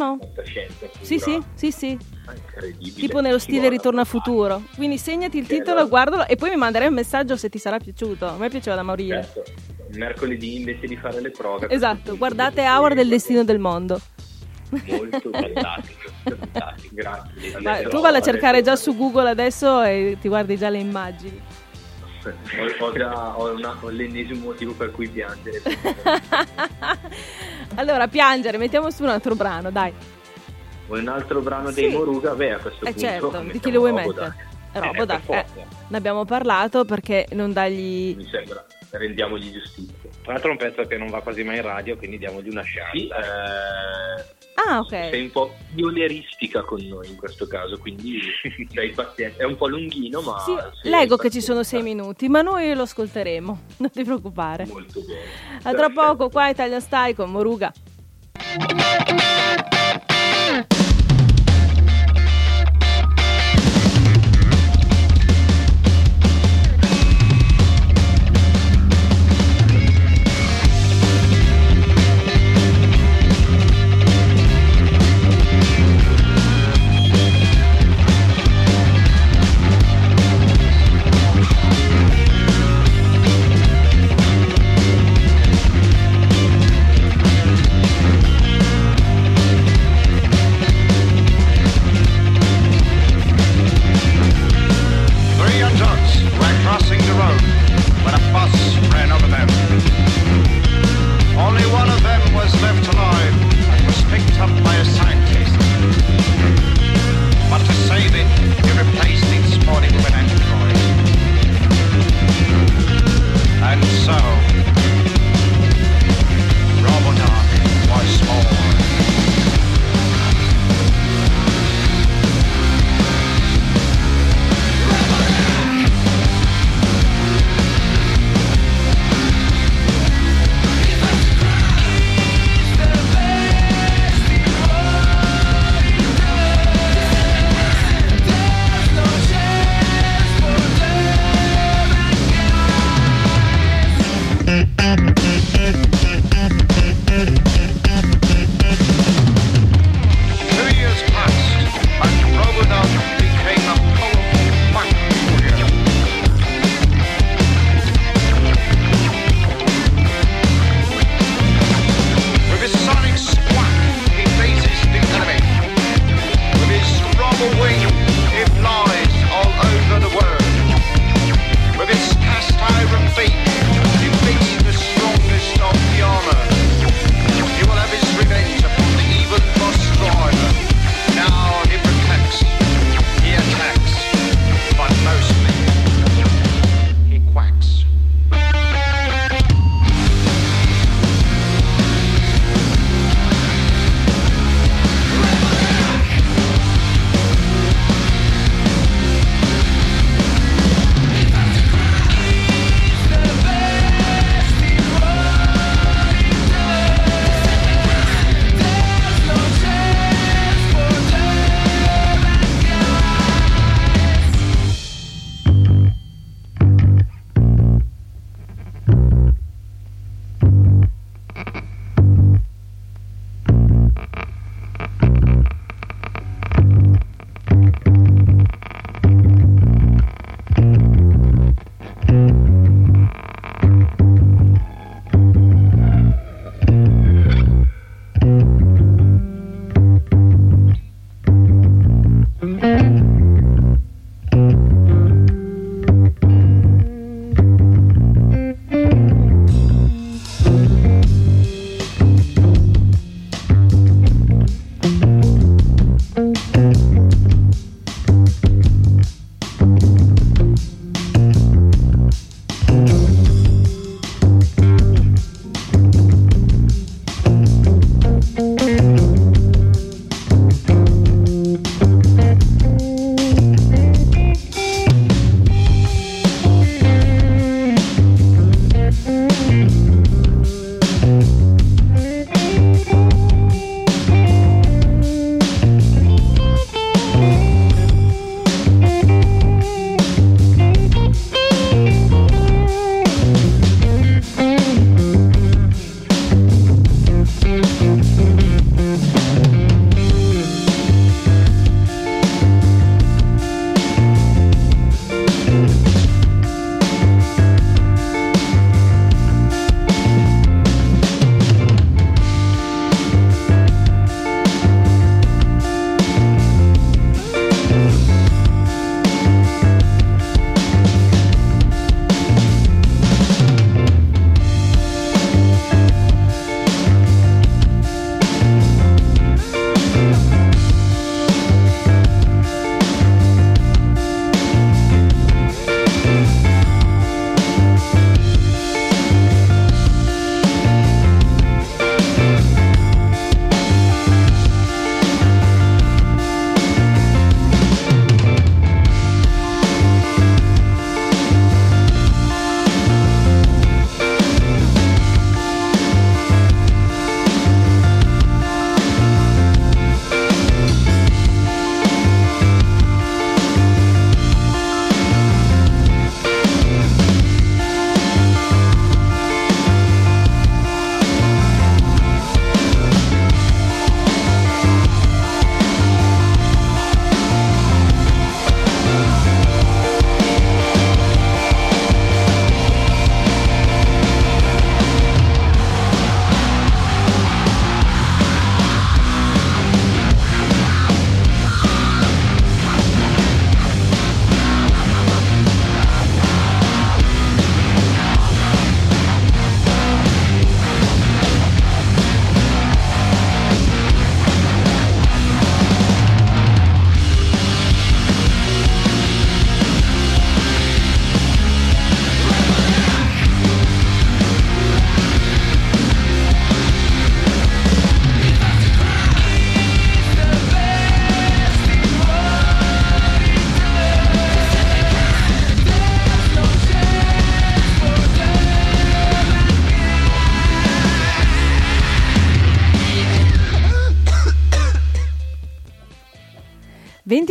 Sì. Ah, incredibile. Tipo nello stile Ritorno a futuro. Quindi segnati il titolo, guardalo e poi mi manderai un messaggio se ti sarà piaciuto. A me piaceva da morire. Certo. Mercoledì invece di fare le prove. Esatto, guardate Howard del destino del mondo. Molto fantastico. Grazie. Tu valla a cercare già su Google adesso e ti guardi già le immagini. Ho l'ennesimo motivo per cui piangere. Allora, piangere, mettiamo su un altro brano, dai. Un altro brano dei Moruga, a questo punto. Certo, di chi lo vuoi mettere? Robodac. Ne abbiamo parlato perché non dargli... Mi sembra, rendiamogli giustizia. Tra l'altro è un pezzo che non va quasi mai in radio, quindi diamogli una chance. Sì, ok. Sei un po' pionieristica con noi in questo caso, quindi sei paziente. È un po' lunghino, ma... Sì, leggo che ci sono 6 minuti, ma noi lo ascolteremo, non ti preoccupare. Molto bene. A tra poco qua Italian Style con Moruga.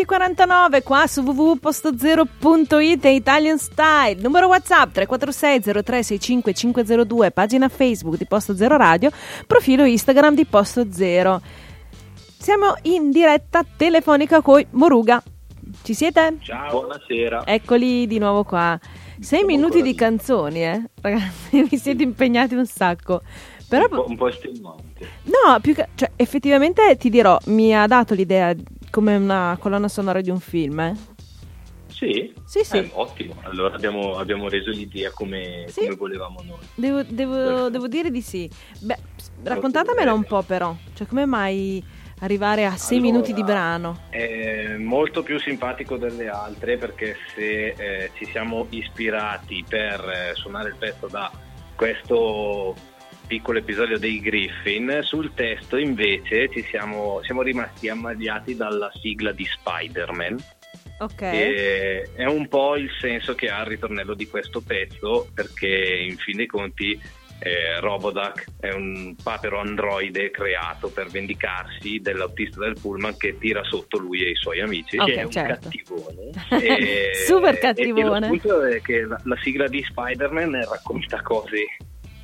11:49 qua su www.postozero.it e Italian Style. Numero WhatsApp 346 0365 502, pagina Facebook di Posto Zero Radio, profilo Instagram di Posto Zero. Siamo in diretta telefonica con Moruga. Ci siete? Ciao, buonasera. Eccoli di nuovo qua. 6 minuti di canzoni, ragazzi, vi siete impegnati un sacco. Però un po' estenuante. no, cioè, effettivamente ti dirò, mi ha dato l'idea come una colonna sonora di un film, Sì? Sì. Ottimo, allora abbiamo reso l'idea come volevamo noi. Devo dire di sì. Beh, raccontatemela un po' però, cioè come mai arrivare a 6 minuti di brano? È molto più simpatico delle altre, perché se ci siamo ispirati per suonare il pezzo da questo piccolo episodio dei Griffin, sul testo invece siamo rimasti ammaliati dalla sigla di Spider-Man. Ok. E è un po' il senso che ha il ritornello di questo pezzo, perché in fin dei conti Roboduck è un papero androide creato per vendicarsi dell'autista del pullman che tira sotto lui e i suoi amici, Ok, che è un certo. cattivone. Super cattivone. E il punto è che la sigla di Spider-Man racconta cose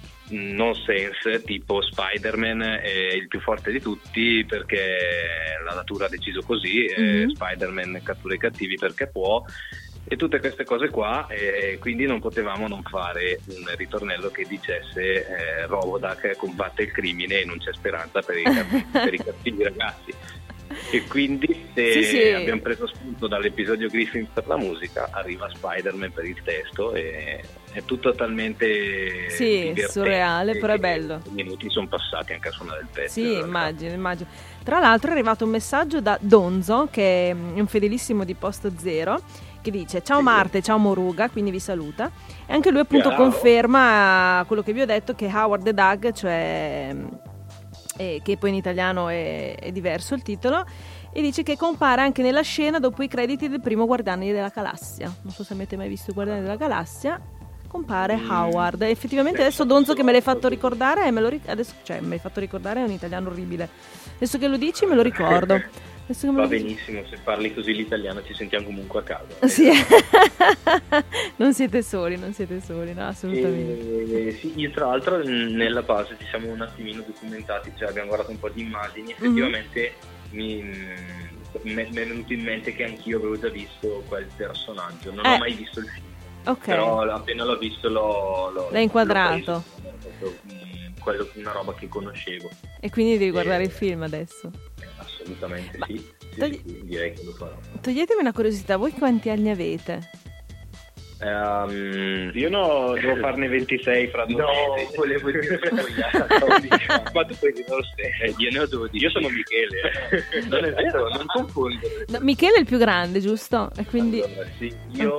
nonsense, tipo Spider-Man è il più forte di tutti perché la natura ha deciso così, Spider-Man cattura i cattivi perché può, e tutte queste cose qua, e quindi non potevamo non fare un ritornello che dicesse Roboduck combatte il crimine e non c'è speranza per i cattivi ragazzi. E quindi abbiamo preso spunto dall'episodio Griffin per la musica, arriva Spider-Man per il testo e è tutto talmente surreale, però è bello. I minuti sono passati anche a suonare il pezzo. Sì, immagino. Tra l'altro è arrivato un messaggio da Donzo, che è un fedelissimo di Posto Zero, che dice: ciao Marte, ciao Moruga, quindi vi saluta, e anche lui appunto conferma quello che vi ho detto, che Howard the Duck, cioè che poi in italiano è diverso il titolo, e dice che compare anche nella scena dopo i crediti del primo Guardiani della Galassia. Non so se avete mai visto i Guardiani della Galassia, compare Howard. Effettivamente adesso Donzo che me l'hai fatto ricordare, adesso me l'hai fatto ricordare, è un italiano orribile. Adesso che lo dici me lo ricordo. Va benissimo, se parli così l'italiano ci sentiamo comunque a casa. Sì. non siete soli, no, assolutamente. Sì, io tra l'altro nella base ci siamo un attimino documentati, cioè abbiamo guardato un po' di immagini, effettivamente mi è venuto in mente che anch'io avevo già visto quel personaggio, non ho mai visto il film, però appena l'ho visto l'hai inquadrato. Quello è una roba che conoscevo. E quindi devi guardare il film adesso? Assolutamente sì, direi che lo farò. Toglietemi una curiosità, voi quanti anni avete? Io devo farne 26 fra 2 mesi. Volevo dire ma tu puoi dire lo stesso. Io ne ho 12. Io sono Michele. Non è vero, non confondere. No, Michele è il più grande, giusto? E quindi allora, sì, io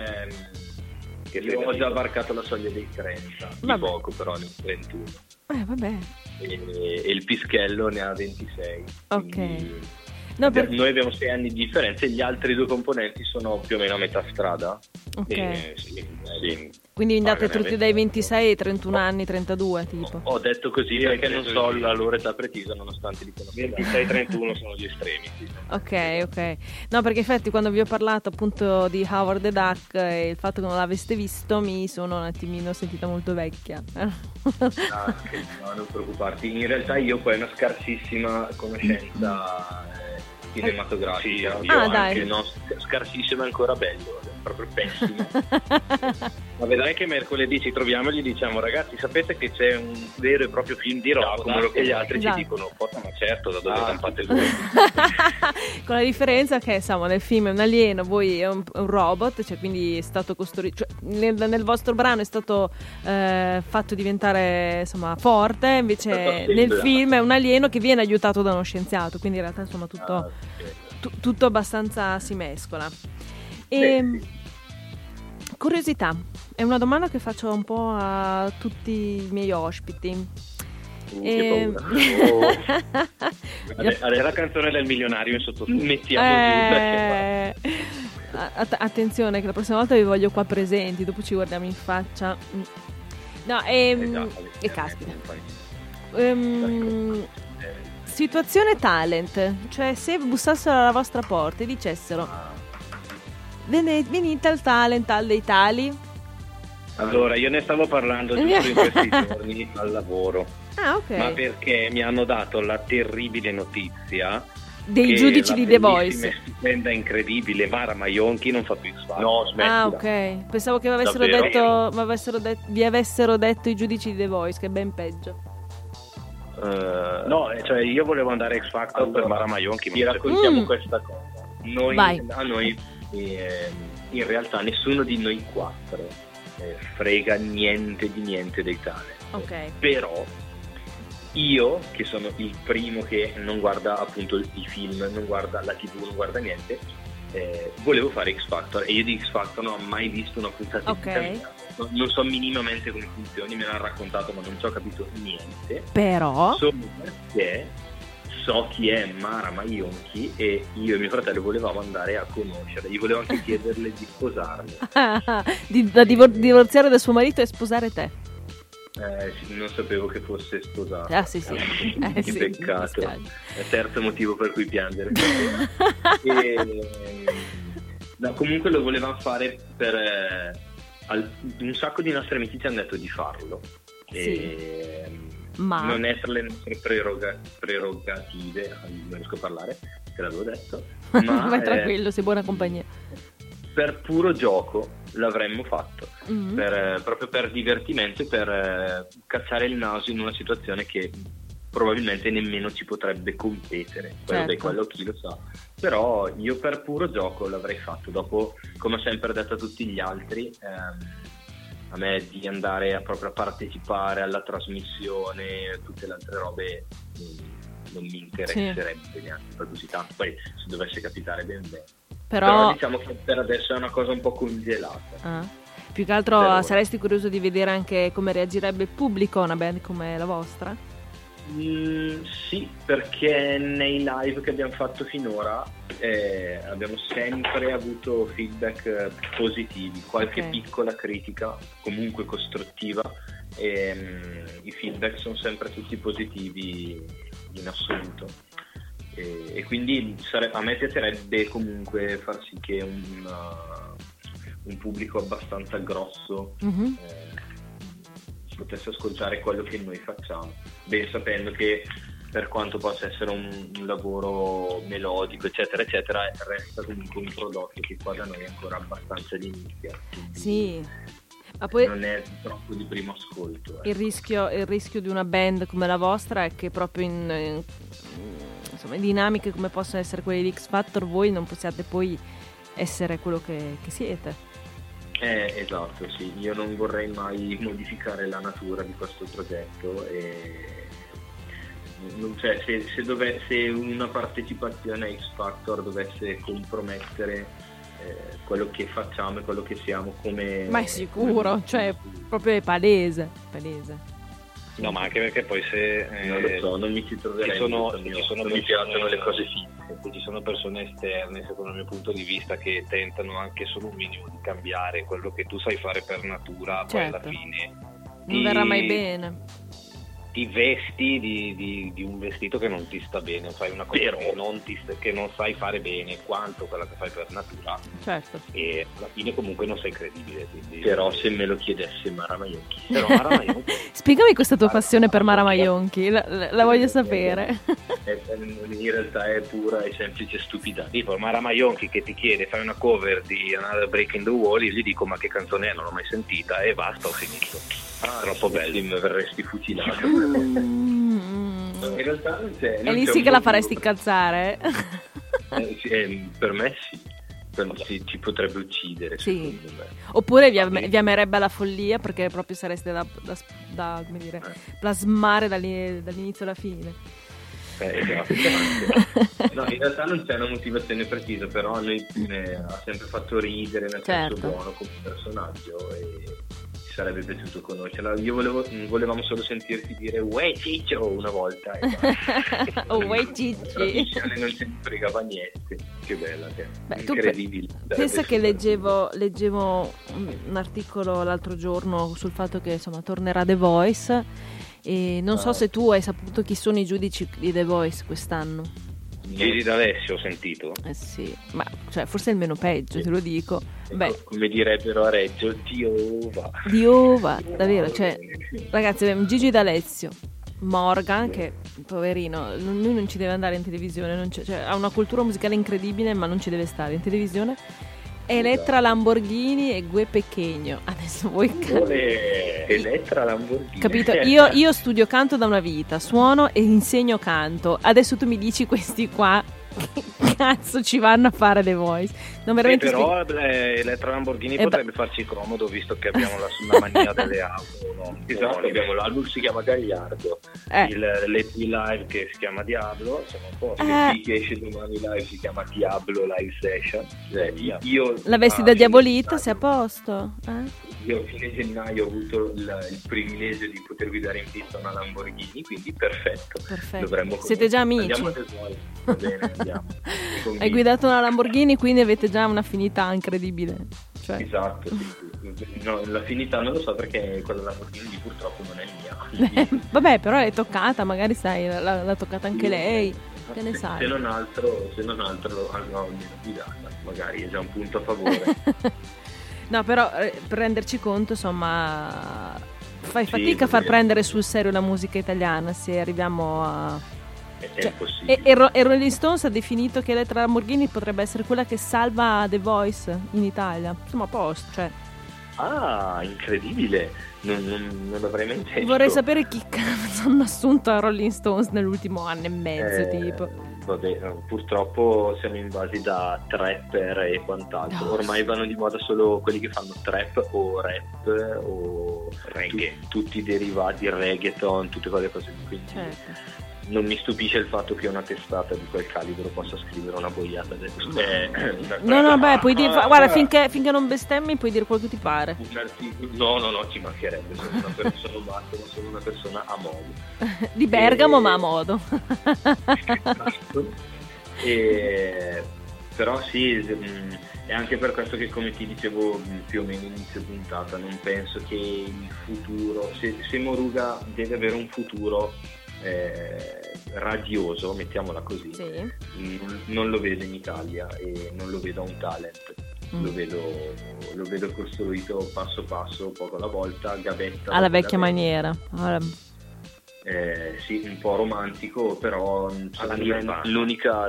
ho già varcato la soglia dei 30, di poco, però ne ho 31. Vabbè. E il Pischello ne ha 26. Ok. Noi abbiamo 6 anni di differenza e gli altri due componenti sono più o meno a metà strada. Ok. Sì. Quindi andate tutti dai 26 ai 31 anni, 32 tipo. Ho detto così perché non so la loro età precisa, nonostante li conosco. 26-31 sono gli estremi. Sì. Ok. No, perché infatti quando vi ho parlato appunto di Howard the Duck e il fatto che non l'aveste visto, mi sono un attimino sentita molto vecchia. No, non preoccuparti. In realtà io poi ho una scarsissima conoscenza cinematografica. Io anche scarsissimo, è ancora bello, è proprio pessimo. Ma vedrai che mercoledì ci troviamo e gli diciamo: ragazzi, sapete che c'è un vero e proprio film di Roboduck? E gli altri ci dicono: porca, ma certo, da dove campate voi? Con la differenza che insomma nel film è un alieno, voi è un robot, cioè quindi è stato costruito, cioè, nel vostro brano è stato fatto diventare insomma forte, invece nel film è un alieno che viene aiutato da uno scienziato, quindi in realtà insomma tutto abbastanza si mescola. Curiosità, è una domanda che faccio un po' a tutti i miei ospiti. La canzone del milionario in sottofondo. Mettiamo attenzione che la prossima volta vi voglio qua presenti, dopo ci guardiamo in faccia. No, e caspita. situazione talent, cioè se bussassero alla vostra porta e dicessero venite al talent al dei tali. Allora, io ne stavo parlando giusto in questi giorni al lavoro. Ah, ok. Ma perché mi hanno dato la terribile notizia Dei giudici di The Voice. La stupenda, incredibile Mara Maionchi non fa più X Factor. No, smettila. Ah, ok. Pensavo che vi avessero detto i giudici di The Voice, che è ben peggio. No, cioè io volevo andare a X Factor per Mara Maionchi. Ti raccontiamo questa cosa. Vai. A noi in realtà nessuno di noi quattro frega niente dei talent. Ok. Però io, che sono il primo che non guarda appunto i film, non guarda la TV, non guarda niente, volevo fare X Factor, e io di X Factor non ho mai visto una puntata in vita mia. Non so minimamente come funzioni, me l'hanno raccontato ma non ci ho capito niente. Però solo perché so chi è Mara Maionchi e io e mio fratello volevamo andare a conoscere, gli volevo anche chiederle di sposarmi. divorziare da suo marito e sposare te. Sì, non sapevo che fosse sposato. Ah, sì. Che Sì, peccato. mi È il terzo motivo per cui piangere. No, comunque lo volevamo fare per un sacco di nostri amici ci hanno detto di farlo. Ma non è tra le nostre prerogative, non riesco a parlare, te l'avevo detto. Ma vai tranquillo, sei buona compagnia. Per puro gioco l'avremmo fatto, proprio per divertimento e per cacciare il naso in una situazione che probabilmente nemmeno ci potrebbe competere. Certo. Quello chi lo sa. Però io per puro gioco l'avrei fatto. Dopo, come ho sempre detto a tutti gli altri, a me di andare proprio a partecipare alla trasmissione, tutte le altre robe non mi interesserebbe neanche per così tanto. Poi se dovesse capitare ben bene. Però diciamo che per adesso è una cosa un po' congelata. Più che altro saresti curioso di vedere anche come reagirebbe il pubblico a una band come la vostra? Sì, perché nei live che abbiamo fatto finora abbiamo sempre avuto feedback positivi, qualche piccola critica comunque costruttiva, i feedback sono sempre tutti positivi in assoluto. E quindi a me piacerebbe comunque far sì che un pubblico abbastanza grosso potesse ascoltare quello che noi facciamo, ben sapendo che per quanto possa essere un lavoro melodico eccetera eccetera, resta comunque un prodotto che qua da noi è ancora abbastanza di nicchia. Sì. Ma poi non è troppo di primo ascolto. Il rischio di una band come la vostra è che proprio in dinamiche come possono essere quelle di X Factor voi non possiate poi essere quello che siete. Esatto, sì. Io non vorrei mai modificare la natura di questo progetto se una partecipazione a X Factor dovesse compromettere quello che facciamo e quello che siamo come... Ma è sicuro, cioè proprio è palese. No, ma anche perché poi se non lo so, non mi ci troverei. Non mi piacciono le cose fisse. Ci sono persone esterne, secondo il mio punto di vista, che tentano anche solo un minimo di cambiare quello che tu sai fare per natura, poi alla fine non verrà mai bene. Ti vesti di un vestito che non ti sta bene, fai una cosa che non sai fare bene quanto quella che fai per natura. Certo. E alla fine comunque non sei credibile. Quindi... Però se me lo chiedesse Mara Maionchi. Spiegami questa tua passione per Mara Maionchi, la voglio sapere. In realtà è pura e semplice stupidità. Tipo Mara Maionchi che ti chiede fai una cover di Another Break in the Wall, io gli dico ma che canzone è, non l'ho mai sentita e basta, ho finito. Troppo bello, mi verresti fucilato. In realtà non c'è. E lì sì che la faresti incazzare. Per me sì. Ci potrebbe uccidere. Sì. Oppure vi amerebbe alla follia perché proprio sareste da come dire, plasmare dall'inizio alla fine. Esatto. No, in realtà non c'è una motivazione precisa, però a noi ha sempre fatto ridere nel senso buono come personaggio e ci sarebbe piaciuto conoscerla. Volevamo solo sentirti dire "Uè Ciccio" una volta Uè Cicci. Non ci fregava niente. Che bella che è. Incredibile. Pensa che leggevo un articolo l'altro giorno sul fatto che insomma tornerà The Voice E non so se tu hai saputo chi sono i giudici di The Voice quest'anno. Giri d'Alessio ho sentito. Sì, ma cioè, forse è il meno peggio, te lo dico. Beh, Come direbbero a Reggio, Dio va, davvero, cioè, ragazzi, abbiamo Gigi D'Alessio, Morgan, che poverino, lui non ci deve andare in televisione, cioè, ha una cultura musicale incredibile, ma non ci deve stare in televisione. Elettra Lamborghini e Gue Pechegno. Adesso voi Elettra Lamborghini. capito? Io studio canto da una vita, suono e insegno canto. Adesso tu mi dici questi qua che cazzo ci vanno a fare The Voice? Non veramente però Elettra Lamborghini potrebbe farci comodo, visto che abbiamo la mania delle auto, no? Esatto, abbiamo l'album, si chiama Gagliardo. L'EP live che si chiama Diablo, siamo un po'. Il che esce domani live si chiama Diablo Live Session. Io la vesti da diabolita, sei a posto? Io a fine gennaio ho avuto il privilegio di poter guidare in pista una Lamborghini, quindi perfetto. Siete già amici? Andiamo a The Voice. Va bene, andiamo. Hai guidato una Lamborghini, quindi avete già un'affinità incredibile. Cioè. Esatto, sì. No, l'affinità non lo so perché quella Lamborghini purtroppo non è mia. Vabbè, però l'hai toccata, magari sai, l'ha toccata anche lei. Che ne sai? Se non altro almeno guidata, magari è già un punto a favore. No, però per renderci conto, insomma, fai fatica a far prendere sul serio la musica italiana se arriviamo a... È impossibile. E Rolling Stones ha definito che Elettra Lamborghini potrebbe essere quella che salva The Voice in Italia. Insomma, cioè. Ah, incredibile, non l'avrei mai detto. Vorrei sapere chi cazzo hanno assunto a Rolling Stones nell'ultimo anno e mezzo, tipo. Vabbè, purtroppo siamo invasi da trapper e quant'altro. Ormai vanno di moda solo quelli che fanno trap o rap o reggae, tutti i derivati, reggaeton, tutte quelle cose lì. Quindi certo. Non mi stupisce il fatto che una testata di quel calibro possa scrivere una boiata no, beh, puoi dire, guarda, finché non bestemmi puoi dire quello che ti pare. No, ci mancherebbe, sono una persona a modo. Di Bergamo, ma a modo. Però sì, è anche per questo che, come ti dicevo più o meno inizio puntata, non penso che il futuro, se Moruga deve avere un futuro radioso, mettiamola così, sì. Non lo vedo in Italia e non lo vedo a un talent. Lo vedo costruito passo passo, poco alla volta, gavetta alla vecchia maniera. Sì, un po' romantico, però l'unica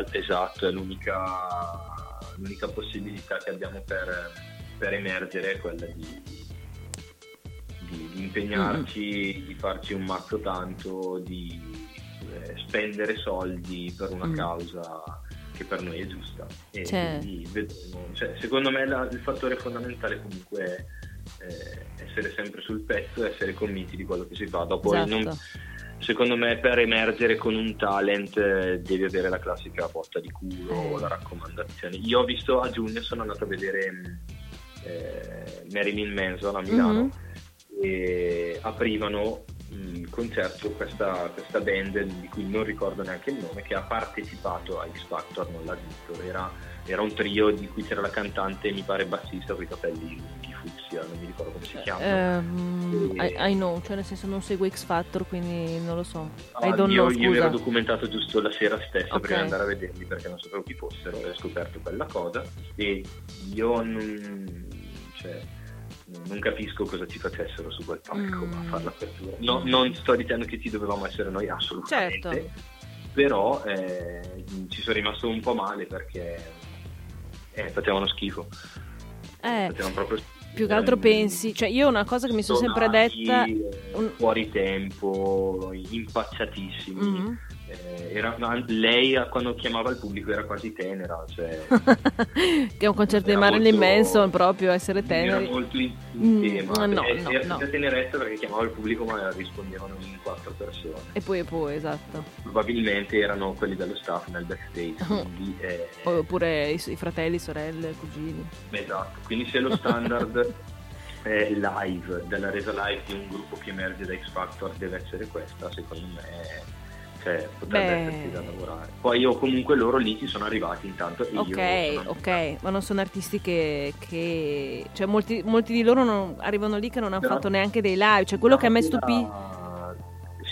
possibilità che abbiamo per emergere è quella di impegnarci, di farci un mazzo tanto, di spendere soldi per una causa che per noi è giusta. E quindi vedremo. Secondo me il fattore fondamentale comunque è essere sempre sul pezzo e essere convinti di quello che si fa. Dopo secondo me per emergere con un talent devi avere la classica botta di culo o la raccomandazione. Io ho visto a giugno, sono andato a vedere Marilyn Manson a Milano e aprivano il concerto questa band di cui non ricordo neanche il nome, che ha partecipato a X Factor, non l'ha vinto. Era un trio di cui c'era la cantante, mi pare bassista, con i capelli di fucsia, non mi ricordo come si chiama. I know, cioè nel senso non seguo X Factor, quindi non lo so. Io mi ero documentato giusto la sera stessa prima di andare a vederli, perché non sapevo chi fossero, e ho scoperto quella cosa e io non capisco cosa ci facessero su quel palco a fare l'apertura. Non sto dicendo che ci dovevamo essere noi, assolutamente, certo. Però ci sono rimasto un po' male perché facevano schifo. Facevano proprio schifo. Più che altro pensi, cioè io una cosa che mi sono sempre detta, fuori tempo, impacciatissimi. Lei quando chiamava il pubblico era quasi tenera, cioè che è un concerto di Marilyn Manson, proprio essere teneri. Era molto in tema. Era tenerezza perché chiamava il pubblico ma rispondevano in 4 persone. E poi esatto. Probabilmente erano quelli dello staff nel backstage, quindi, oppure i fratelli, sorelle, cugini. Esatto, quindi se lo standard live, della resa live di un gruppo che emerge da X Factor deve essere questa, secondo me potrebbe esserci da lavorare. Poi comunque loro lì ci sono arrivati intanto ok, ma non sono artisti che cioè molti di loro arrivano lì che non hanno fatto neanche dei live, cioè quello che a me stupì.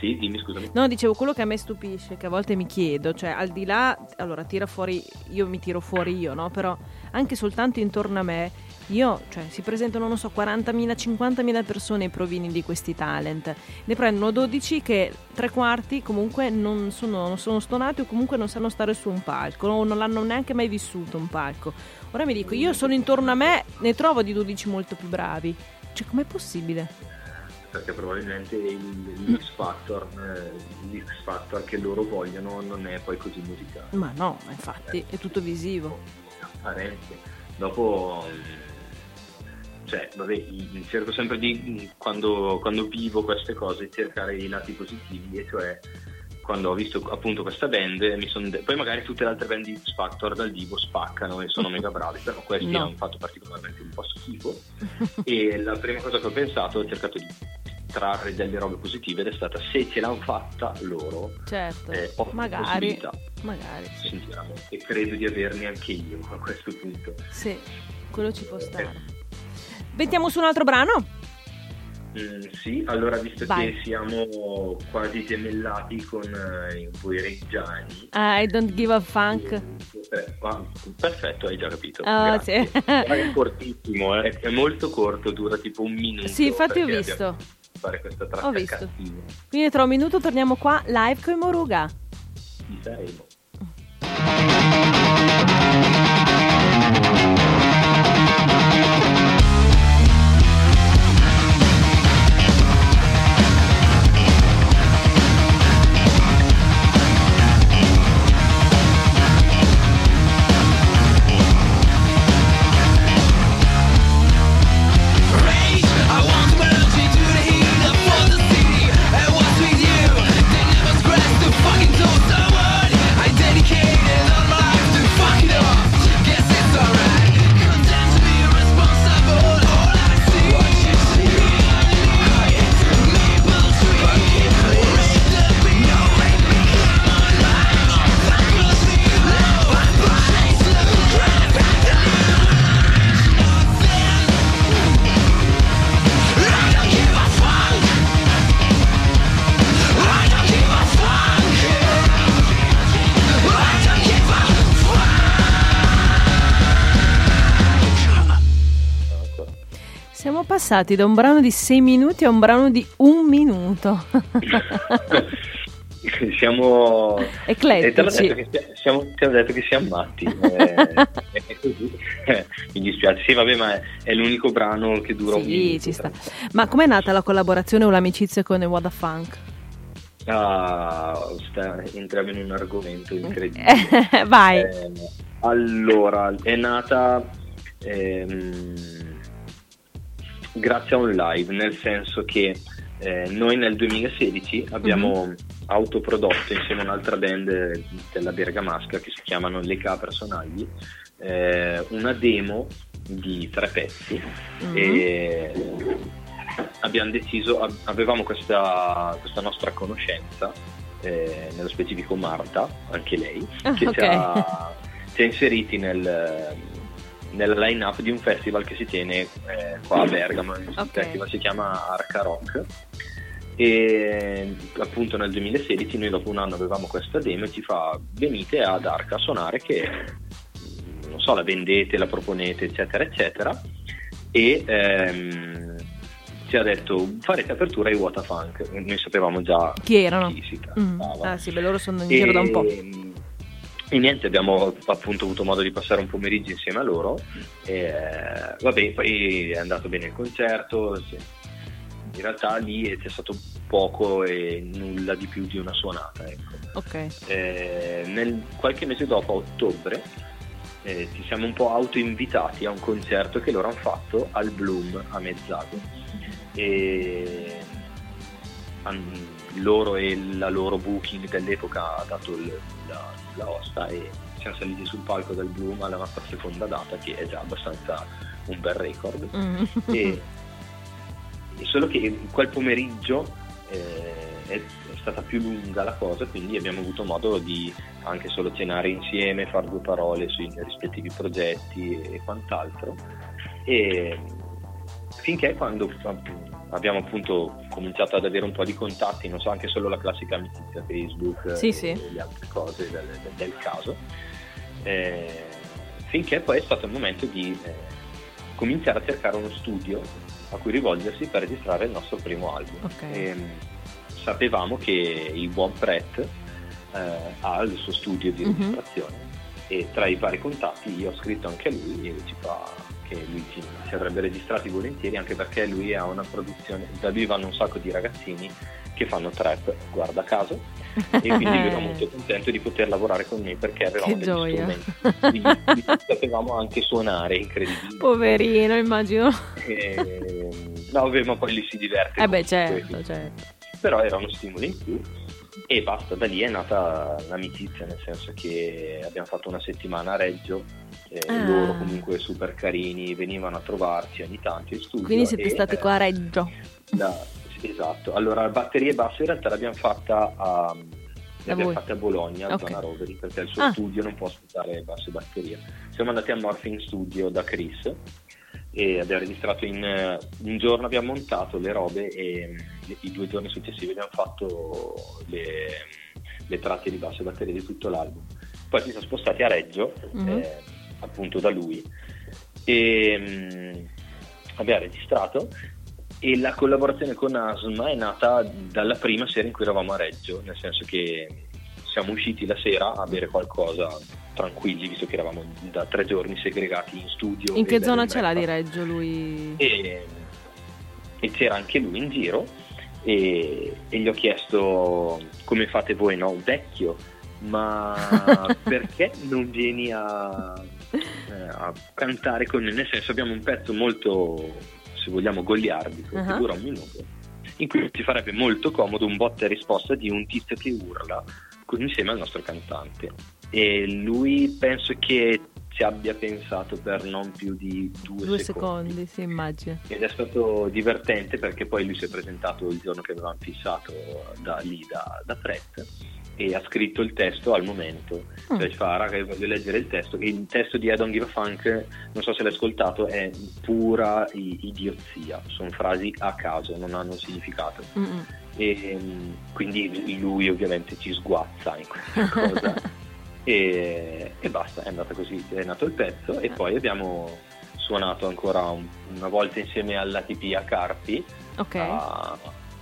Sì, dimmi, scusami. No, dicevo, quello che a me stupisce, che a volte mi chiedo, cioè al di là, allora tira fuori, io mi tiro fuori io, no? Però anche soltanto intorno a me, cioè si presentano, non so, 40.000, 50.000 persone ai provini di questi talent. Ne prendono 12 che 3/4 comunque non sono stonati o comunque non sanno stare su un palco, o non l'hanno neanche mai vissuto un palco. Ora mi dico, io sono intorno a me, ne trovo di 12 molto più bravi. Cioè, com'è possibile? Perché probabilmente l'X Factor che loro vogliono non è poi così musicale. Ma no, ma infatti è tutto visivo. Apparenze. Dopo, cioè, vabbè, cerco sempre di, quando vivo queste cose, cercare i lati positivi, e cioè quando ho visto appunto questa band, poi magari tutte le altre band di X Factor dal vivo spaccano e sono mega bravi, però questi hanno fatto particolarmente un po' schifo. E la prima cosa che ho pensato, ho cercato di trarre delle robe positive, ed è stata: se ce l'hanno fatta loro, certo, ho magari sì. Sinceramente, e credo di averne anche io a questo punto. Sì, quello ci può stare. Mettiamo su un altro brano? Sì, allora, visto Vai. che siamo quasi gemellati con i Reggiani, I don't give a funk. perfetto, hai già capito. Sì. È cortissimo, è molto corto, dura tipo un minuto. Sì, infatti ho perché visto. abbiamo fare questa traccia Ho visto. cattiva. Quindi tra un minuto torniamo qua live con i Moruga. Ci saremo. Siamo passati da un brano di 6 minuti a un brano di 1 minuto. Siamo eclettici. Ti hanno detto che siamo matti. È così. Mi dispiace. Sì, vabbè, ma è l'unico brano che dura un minuto. Sì, ci sta. Ma com'è nata la collaborazione o l'amicizia con i What the Funk? Entriamo in un argomento incredibile. Vai. Allora, è nata grazie a un live, nel senso che noi nel 2016 abbiamo autoprodotto insieme a un'altra band della Bergamasca che si chiamano Le Capre Sonagli, una demo di 3 pezzi, e abbiamo deciso, avevamo questa nostra conoscenza, nello specifico Marta, anche lei, che ci ha inseriti nella line-up di un festival che si tiene qua a Bergamo. Il festival si chiama Arca Rock, e appunto nel 2016 noi dopo un anno avevamo questa demo e ci fa: venite ad Arca a suonare, che non so, la vendete, la proponete, eccetera eccetera, e ci ha detto: farete apertura ai What the Funk. Noi sapevamo già chi erano. Chi si trattava. Sì, beh, loro sono in giro da un po'. E niente, abbiamo appunto avuto modo di passare un pomeriggio insieme a loro, e vabbè, poi è andato bene il concerto. Sì. In realtà lì c'è stato poco e nulla di più di una suonata, ecco. Qualche mese dopo, a ottobre, ci siamo un po' autoinvitati a un concerto che loro hanno fatto al Bloom a Mezzago, e loro e la loro booking dell'epoca ha dato la osta, e siamo saliti sul palco del Bloom alla nostra seconda data, che è già abbastanza un bel record. E solo che quel pomeriggio è stata più lunga la cosa, quindi abbiamo avuto modo di anche solo cenare insieme, fare 2 parole sui rispettivi progetti e quant'altro, e finché quando abbiamo appunto cominciato ad avere un po' di contatti, non so, anche solo la classica amicizia Facebook Sì, e sì. le altre cose del caso, finché poi è stato il momento di cominciare a cercare uno studio a cui rivolgersi per registrare il nostro primo album. Ok. Sapevamo che il buon Pret ha il suo studio di registrazione, e tra i vari contatti io ho scritto anche a lui e ci fa che lui ci avrebbe registrati volentieri, anche perché lui ha una produzione, da lui vanno un sacco di ragazzini che fanno trap, guarda caso, e quindi lui era molto contento di poter lavorare con noi, perché avevamo Che degli gioia. strumenti, sapevamo anche suonare, incredibile. Poverino, immagino. No, vabbè, ma poi lui si diverte Eh beh, comunque, certo. però era uno stimolo in più, e basta, da lì è nata l'amicizia, nel senso che abbiamo fatto una settimana a Reggio, loro comunque super carini, venivano a trovarci ogni tanto in studio. Quindi siete stati qua a Reggio. Esatto, allora batteria e basso in realtà l'abbiamo fatta voi? a Bologna, a Ok. zona Roveri, perché il suo studio non può ascoltare basso e batteria. Siamo andati al Morphing Studio da Chris e abbiamo registrato in un giorno, abbiamo montato le robe, e i 2 giorni successivi abbiamo fatto le tratte di basso e batteria di tutto l'album. Poi ci siamo spostati a Reggio, appunto da lui, e abbiamo registrato, e la collaborazione con Asma è nata dalla prima sera in cui eravamo a Reggio, nel senso che siamo usciti la sera a bere qualcosa tranquilli, visto che eravamo da 3 giorni segregati in studio. In che e zona bed ce l'ha and di breakfast. Reggio lui? E c'era anche lui in giro, e gli ho chiesto: come fate voi, no? Vecchio, ma perché non vieni a cantare con noi? Nel senso, abbiamo un pezzo molto, se vogliamo, goliardico, che dura 1 minuto, in cui ci farebbe molto comodo un botta e risposta di un tizio che urla insieme al nostro cantante. E lui penso che ci abbia pensato per non più di 2 secondi, sì, immagino. Ed è stato divertente, perché poi lui si è presentato il giorno che avevamo fissato da Pret, e ha scritto il testo al momento. Cioè ci fa: raga, io voglio leggere il testo, che il testo di I Don't Give a Funk, non so se l'hai ascoltato, è pura idiozia, sono frasi a caso, non hanno significato. E quindi lui ovviamente ci sguazza in questa cosa. E basta, è andata così, è nato il pezzo, e poi abbiamo suonato ancora una volta insieme all'ATP a Carpi, Ok. a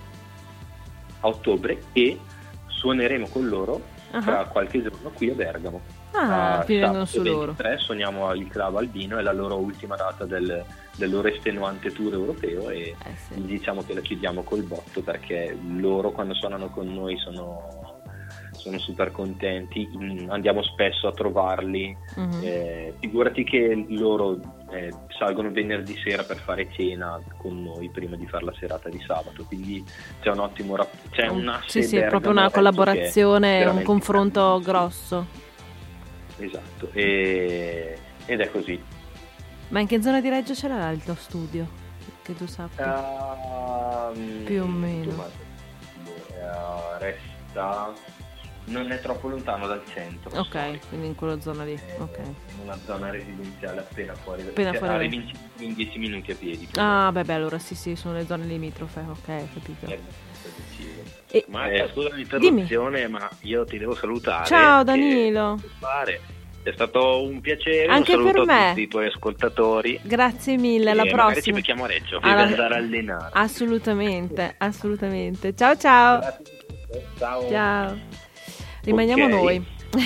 ottobre, e suoneremo con loro tra qualche giorno qui a Bergamo. Qui vengono su sabato loro. 23 suoniamo al Club Albino, è la loro ultima data del loro estenuante tour europeo, e Sì. diciamo che la chiudiamo col botto, perché loro quando suonano con noi sono super contenti, andiamo spesso a trovarli. Figurati che loro salgono venerdì sera per fare cena con noi prima di fare la serata di sabato, quindi c'è un ottimo c'è un asse. Sì, è proprio una Bergamo-Reggio collaborazione, che è un veramente confronto bellissimo. grosso. Esatto, ed è così. Ma in che zona di Reggio ce l'ha il tuo studio? Che tu sappia. Più o meno. Resta, non è troppo lontano dal centro. Ok, quindi in quella zona lì. Ok. In una zona residenziale appena fuori. Appena fuori. Arrivi in 10 minuti a piedi. Beh, allora sì, sono le zone limitrofe. Ok, capito. E- Marta, scusa l'interruzione, ma io ti devo salutare. Ciao, Danilo. È stato un piacere. Anche un saluto per me. a tutti i tuoi ascoltatori. Grazie mille, alla E magari ci prossima. becchiamo a Reggio. Devi andare a allenare. Assolutamente. Ciao ciao. Ciao. Rimaniamo Ok. noi.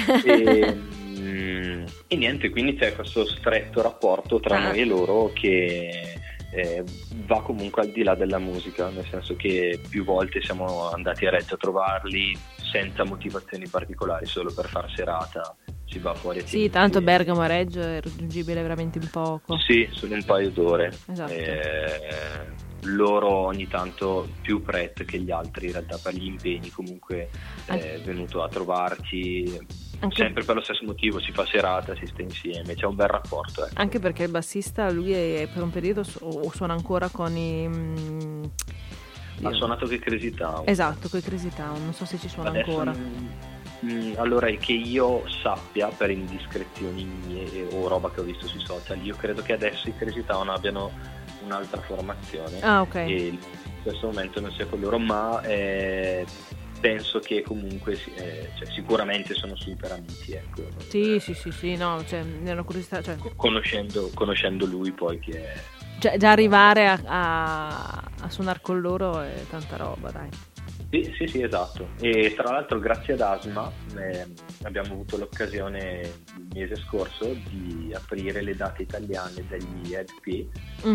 E niente, quindi c'è questo stretto rapporto tra noi e loro che va comunque al di là della musica, nel senso che più volte siamo andati a Reggio a trovarli senza motivazioni particolari, solo per far serata si va fuori a Sì, tanto Bergamo a Reggio è raggiungibile veramente in poco. Sì, sono un paio d'ore. Esatto. Loro ogni tanto, più Pret che gli altri in realtà per gli impegni, comunque è venuto a trovarci sempre per lo stesso motivo, si fa serata, si sta insieme, c'è un bel rapporto. Anche perché il bassista, lui è per un periodo suona ancora con i... ha suonato che Crazy Town. Esatto, con i Crazy Town, non so se ci suona Adesso, ancora. Allora, che io sappia, per indiscrezioni mie o roba che ho visto sui social, io credo che adesso i Crazy Town abbiano un'altra formazione. Ok. E in questo momento non sia con loro, ma penso che comunque cioè, sicuramente sono super amici, ecco. Sì, no, cioè, nella curiosità, cioè, Conoscendo lui poi che è... cioè, già arrivare a suonare con loro è tanta roba, dai. Sì, esatto. E tra l'altro grazie ad Asma abbiamo avuto l'occasione il mese scorso di aprire le date italiane degli EDP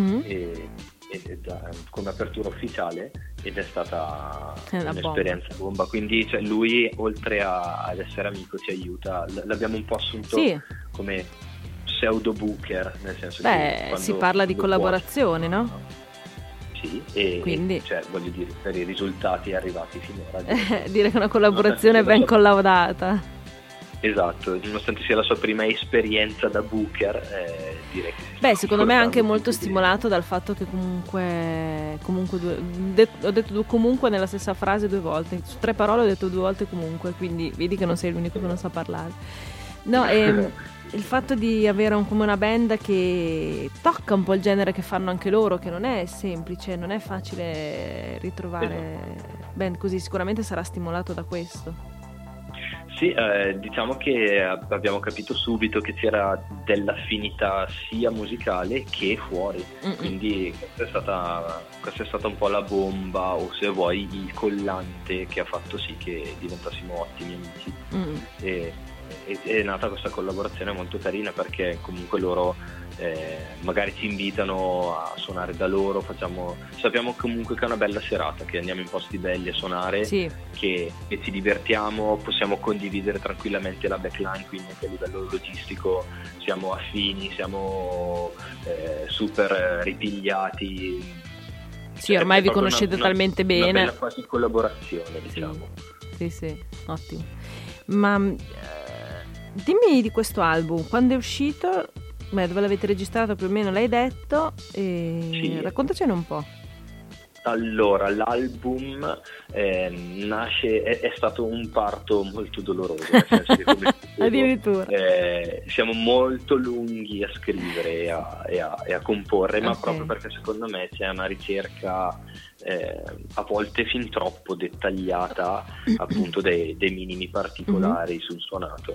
come apertura ufficiale, ed è stata un'esperienza bomba. Quindi cioè, lui oltre ad essere amico ci aiuta, l'abbiamo un po' assunto come pseudo booker, nel senso che si parla di collaborazione, no? Sì, e quindi cioè, voglio dire, per i risultati arrivati finora dire che è una collaborazione ben collaudata. Esatto, nonostante sia la sua prima esperienza da booker, direi che secondo me è anche molto stimolato dal fatto che comunque ho detto comunque nella stessa frase 2 volte, su 3 parole ho detto 2 volte comunque, quindi vedi che non sei l'unico che non sa parlare. No, il fatto di avere come una band che tocca un po' il genere che fanno anche loro, che non è semplice, non è facile ritrovare band così, sicuramente sarà stimolato da questo. Sì, diciamo che abbiamo capito subito che c'era dell'affinità sia musicale che fuori, quindi questa è stata un po' la bomba, o se vuoi il collante che ha fatto sì che diventassimo ottimi amici. È nata questa collaborazione molto carina, perché comunque loro magari ci invitano a suonare da loro, sappiamo comunque che è una bella serata, che andiamo in posti belli a suonare, che ci divertiamo, possiamo condividere tranquillamente la backline, quindi anche a livello logistico siamo affini, siamo super ripigliati. Sì, ormai vi conoscete talmente bene. Una bella quasi collaborazione, diciamo. Sì, ottimo. Ma dimmi di questo album, quando è uscito, dove l'avete registrato più o meno l'hai detto, raccontacene un po'. Allora, l'album nasce, è stato un parto molto doloroso, nel senso che come addirittura siamo molto lunghi a scrivere e a comporre, ma proprio perché secondo me c'è una ricerca a volte fin troppo dettagliata appunto dei minimi particolari sul suonato.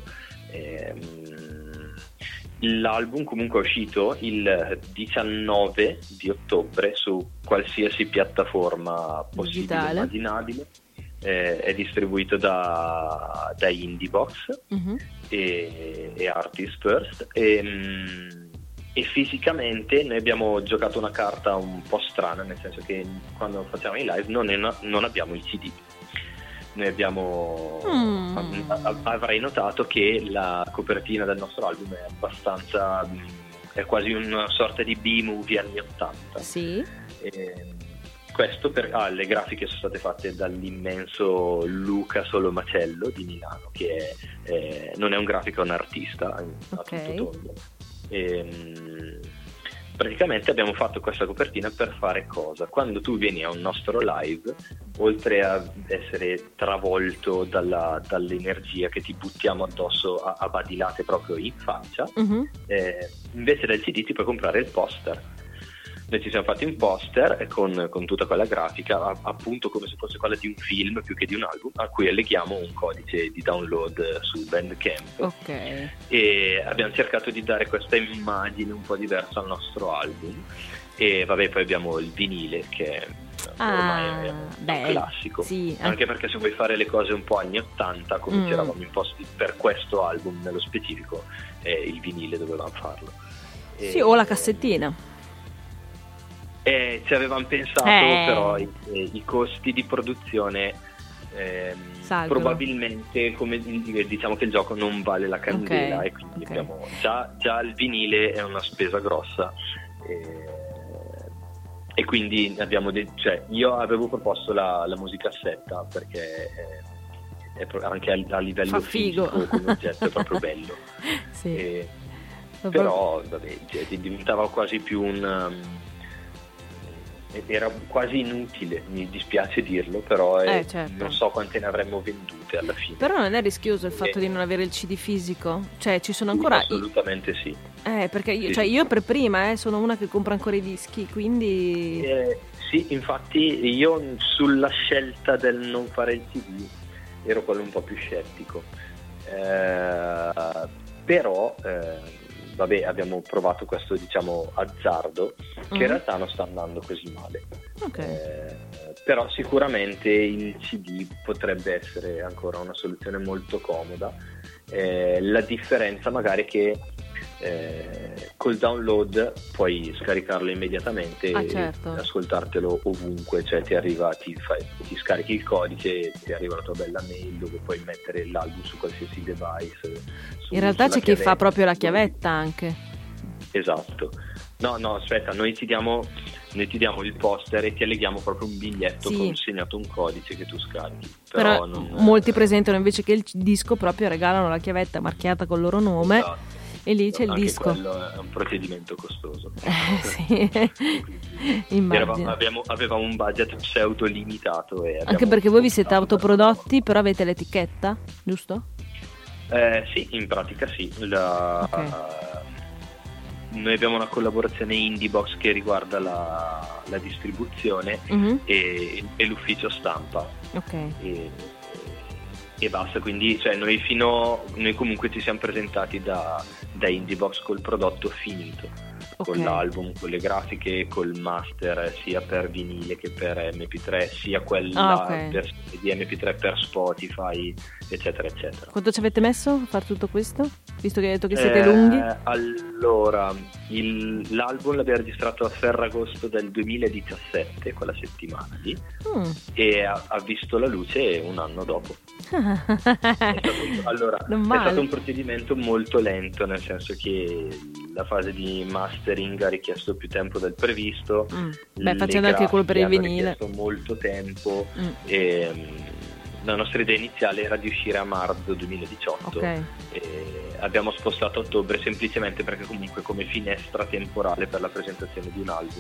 L'album comunque è uscito il 19 di ottobre su qualsiasi piattaforma possibile e immaginabile, è distribuito da Indiebox e Artist First, e fisicamente noi abbiamo giocato una carta un po' strana, nel senso che quando facciamo i live non abbiamo il CD. Noi abbiamo avrei notato che la copertina del nostro album è abbastanza, è quasi una sorta di B-movie anni 80. Sì. Questo le grafiche sono state fatte dall'immenso Luca Solomacello di Milano, che non è un grafico, è un artista a tutto tondo. Praticamente abbiamo fatto questa copertina per fare cosa? Quando tu vieni a un nostro live, oltre a essere travolto dall'energia che ti buttiamo addosso a badilate proprio in faccia, invece del CD ti puoi comprare il poster. Noi ci siamo fatti un poster con tutta quella grafica, appunto come se fosse quella di un film più che di un album, a cui alleghiamo un codice di download su Bandcamp. E abbiamo cercato di dare questa immagine un po' diversa al nostro album. E poi abbiamo il vinile, che ormai è un classico, anche perché se vuoi fare le cose un po' anni 80, come ci eravamo imposti per questo album nello specifico, il vinile dovevamo farlo. O la cassettina. Ci avevamo pensato, però i costi di produzione probabilmente, come diciamo che il gioco non vale la candela, e quindi abbiamo già il vinile è una spesa grossa, e quindi abbiamo io avevo proposto la musicassetta perché anche a livello fisico come oggetto è proprio bello. Però vabbè, diventava quasi più era quasi inutile, mi dispiace dirlo, però certo. non so quante ne avremmo vendute alla fine. Però non è rischioso il fatto di non avere il CD fisico? Cioè ci sono ancora... Assolutamente sì. Perché io per prima sono una che compra ancora i dischi, quindi... Sì, infatti io sulla scelta del non fare il CD ero quello un po' più scettico. Però vabbè, abbiamo provato questo, diciamo, azzardo che in realtà non sta andando così male. Però sicuramente il CD potrebbe essere ancora una soluzione molto comoda. La differenza magari è che col download puoi scaricarlo immediatamente certo. e ascoltartelo ovunque, cioè ti arriva, ti scarichi il codice, ti arriva la tua bella mail dove puoi mettere l'album su qualsiasi device. In realtà c'è chi fa proprio la chiavetta anche. Esatto. No, aspetta, noi ti diamo il poster e ti alleghiamo proprio un biglietto con segnato un codice che tu scarichi. Però molti presentano invece che il disco proprio regalano la chiavetta marchiata col loro nome. Esatto. E lì c'è il anche disco. Quello è un procedimento costoso. Sì, immagino. Avevamo un budget pseudo limitato. Anche perché voi vi siete autoprodotti, però avete l'etichetta, giusto? Sì, in pratica sì. Noi abbiamo una collaborazione Indiebox che riguarda la distribuzione e l'ufficio stampa. E basta, quindi cioè noi comunque ci siamo presentati da Indiebox col prodotto finito, con l'album, con le grafiche, col master sia per vinile che per MP3, sia quella di MP3 per Spotify, eccetera eccetera. Quanto ci avete messo a fare tutto questo? Visto che hai detto che siete lunghi. Allora, l'album l'abbiamo registrato a Ferragosto del 2017, quella settimana lì, e ha visto la luce un anno dopo. È stato un procedimento molto lento, nel senso che la fase di mastering ha richiesto più tempo del previsto. Facendo anche quello per il vinile. Ha richiesto molto tempo e la nostra idea iniziale era di uscire a marzo 2018 e abbiamo spostato a ottobre semplicemente perché comunque come finestra temporale per la presentazione di un album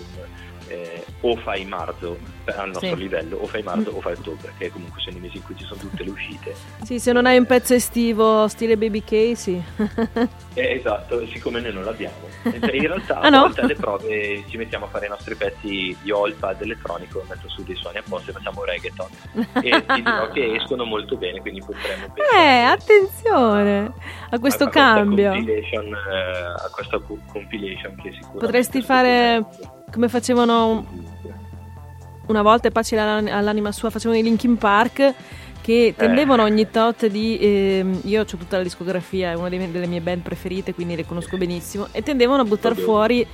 o fai marzo al nostro livello, o fai marzo o fai ottobre, che comunque sono i mesi in cui ci sono tutte le uscite. Sì, se non hai un pezzo estivo stile Baby K, sì. Esatto, siccome noi non l'abbiamo. In realtà a volte alle prove ci mettiamo a fare i nostri pezzi, io ho il pad elettronico, metto su dei suoni apposta e facciamo reggaeton e ti dirò che escono molto bene, quindi potremmo attenzione a questo cambio, a questa compilation che sicuramente potresti fare come facevano una volta, e pace all'anima sua, facevano i Linkin Park che tendevano ogni tot io ho tutta la discografia, è una delle mie band preferite, quindi le conosco benissimo, e tendevano a buttare fuori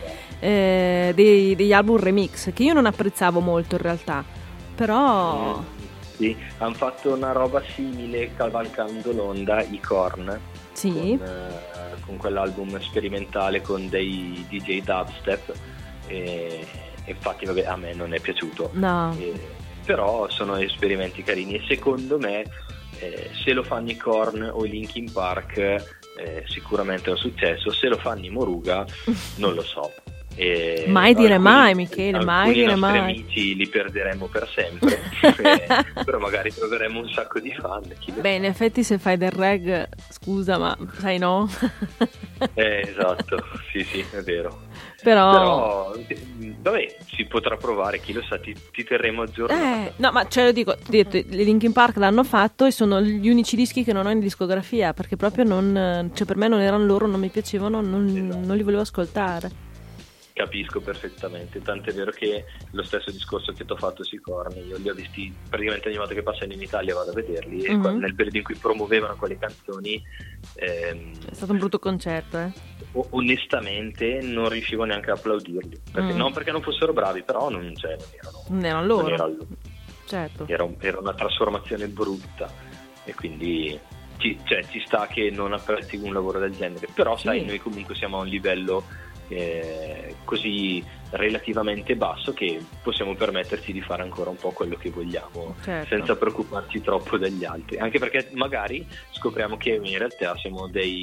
degli album remix che io non apprezzavo molto in realtà, però sì, hanno fatto una roba simile cavalcando l'onda, i Korn, con quell'album sperimentale con dei DJ dubstep, e infatti vabbè, a me non è piaciuto, però sono esperimenti carini e secondo me se lo fanno i Korn o i Linkin Park sicuramente è un successo, se lo fanno i Moruga non lo so. Mai dire mai, Michele, mai dire mai. I nostri amici li perderemo per sempre però magari troveremo un sacco di fan. Beh, in effetti se fai del reg, scusa, ma sai, no? Esatto, sì, è vero. Però vabbè, si potrà provare, chi lo sa, ti terremo aggiornato. No, ma ce lo dico, ti ho detto, i Linkin Park l'hanno fatto e sono gli unici dischi che non ho in discografia, perché proprio per me non erano loro, non mi piacevano, non li volevo ascoltare. Capisco perfettamente, tant'è vero che lo stesso discorso che ti ho fatto sui Korn, io li ho visti praticamente ogni volta che passano in Italia, vado a vederli e nel periodo in cui promuovevano quelle canzoni è stato un brutto concerto, onestamente non riuscivo neanche a applaudirli, perché non perché non fossero bravi, però non erano loro. Non era loro. Certo. Era una trasformazione brutta e quindi ci sta che non apprezzi un lavoro del genere, però sai, noi comunque siamo a un livello così relativamente basso che possiamo permetterci di fare ancora un po' quello che vogliamo, senza preoccuparci troppo degli altri, anche perché magari scopriamo che in realtà siamo dei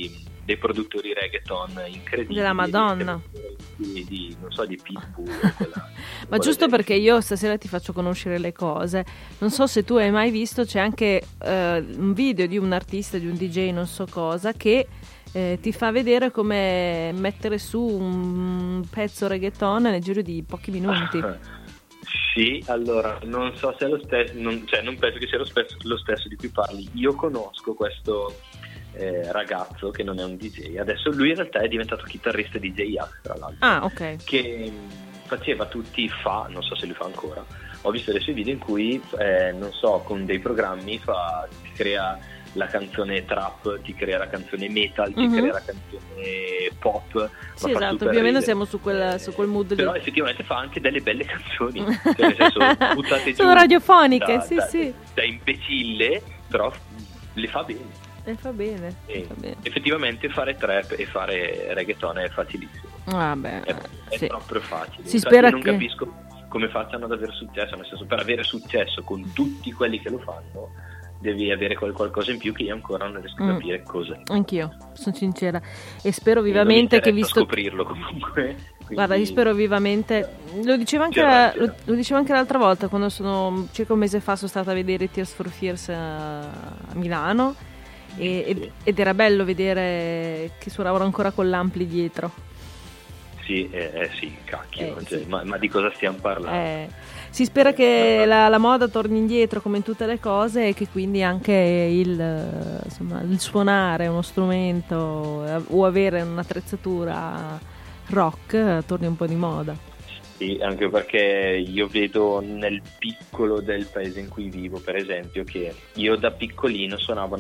dei produttori reggaeton incredibili. Della Madonna. Non so, di Pitbull. Ma giusto perché io stasera ti faccio conoscere le cose, non so se tu hai mai visto, c'è anche un video di un artista, di un DJ, non so cosa, che ti fa vedere come mettere su un pezzo reggaeton nel giro di pochi minuti. Sì, allora, non so se è lo stesso, non penso che sia lo stesso di cui parli. Io conosco questo ragazzo che non è un DJ, adesso lui in realtà è diventato chitarrista DJ Axe, tra l'altro. Ah, ok. Che faceva tutti non so se li fa ancora, ho visto dei suoi video in cui, non so, con dei programmi ti crea la canzone trap, ti crea la canzone metal, ti crea la canzone pop. Sì, esatto, più o meno siamo su quel mood lì. Però effettivamente fa anche delle belle canzoni, cioè nel senso, buttate giù sono radiofoniche, sì. Da imbecille, però le fa bene. Fa bene. Effettivamente fare trap e fare reggaeton è facilissimo. È proprio facile. Si spera non capisco come facciano ad avere successo, nel senso, per avere successo con tutti quelli che lo fanno devi avere qualcosa in più che io ancora non riesco a capire cos'è. Anch'io, sono sincera, e spero vivamente che, visto scoprirlo comunque. Quindi... Guarda, io spero vivamente, lo dicevo anche l'altra volta, quando circa un mese fa sono stata a vedere Tears for Fears a Milano. Ed era bello vedere che suonavano ancora con l'ampli dietro. Sì, cacchio, sì. Ma di cosa stiamo parlando? Si spera che la moda torni indietro come in tutte le cose, e che quindi anche il suonare uno strumento o avere un'attrezzatura rock torni un po' di moda. Sì, anche perché io vedo nel piccolo del paese in cui vivo, per esempio, che io da piccolino suonavo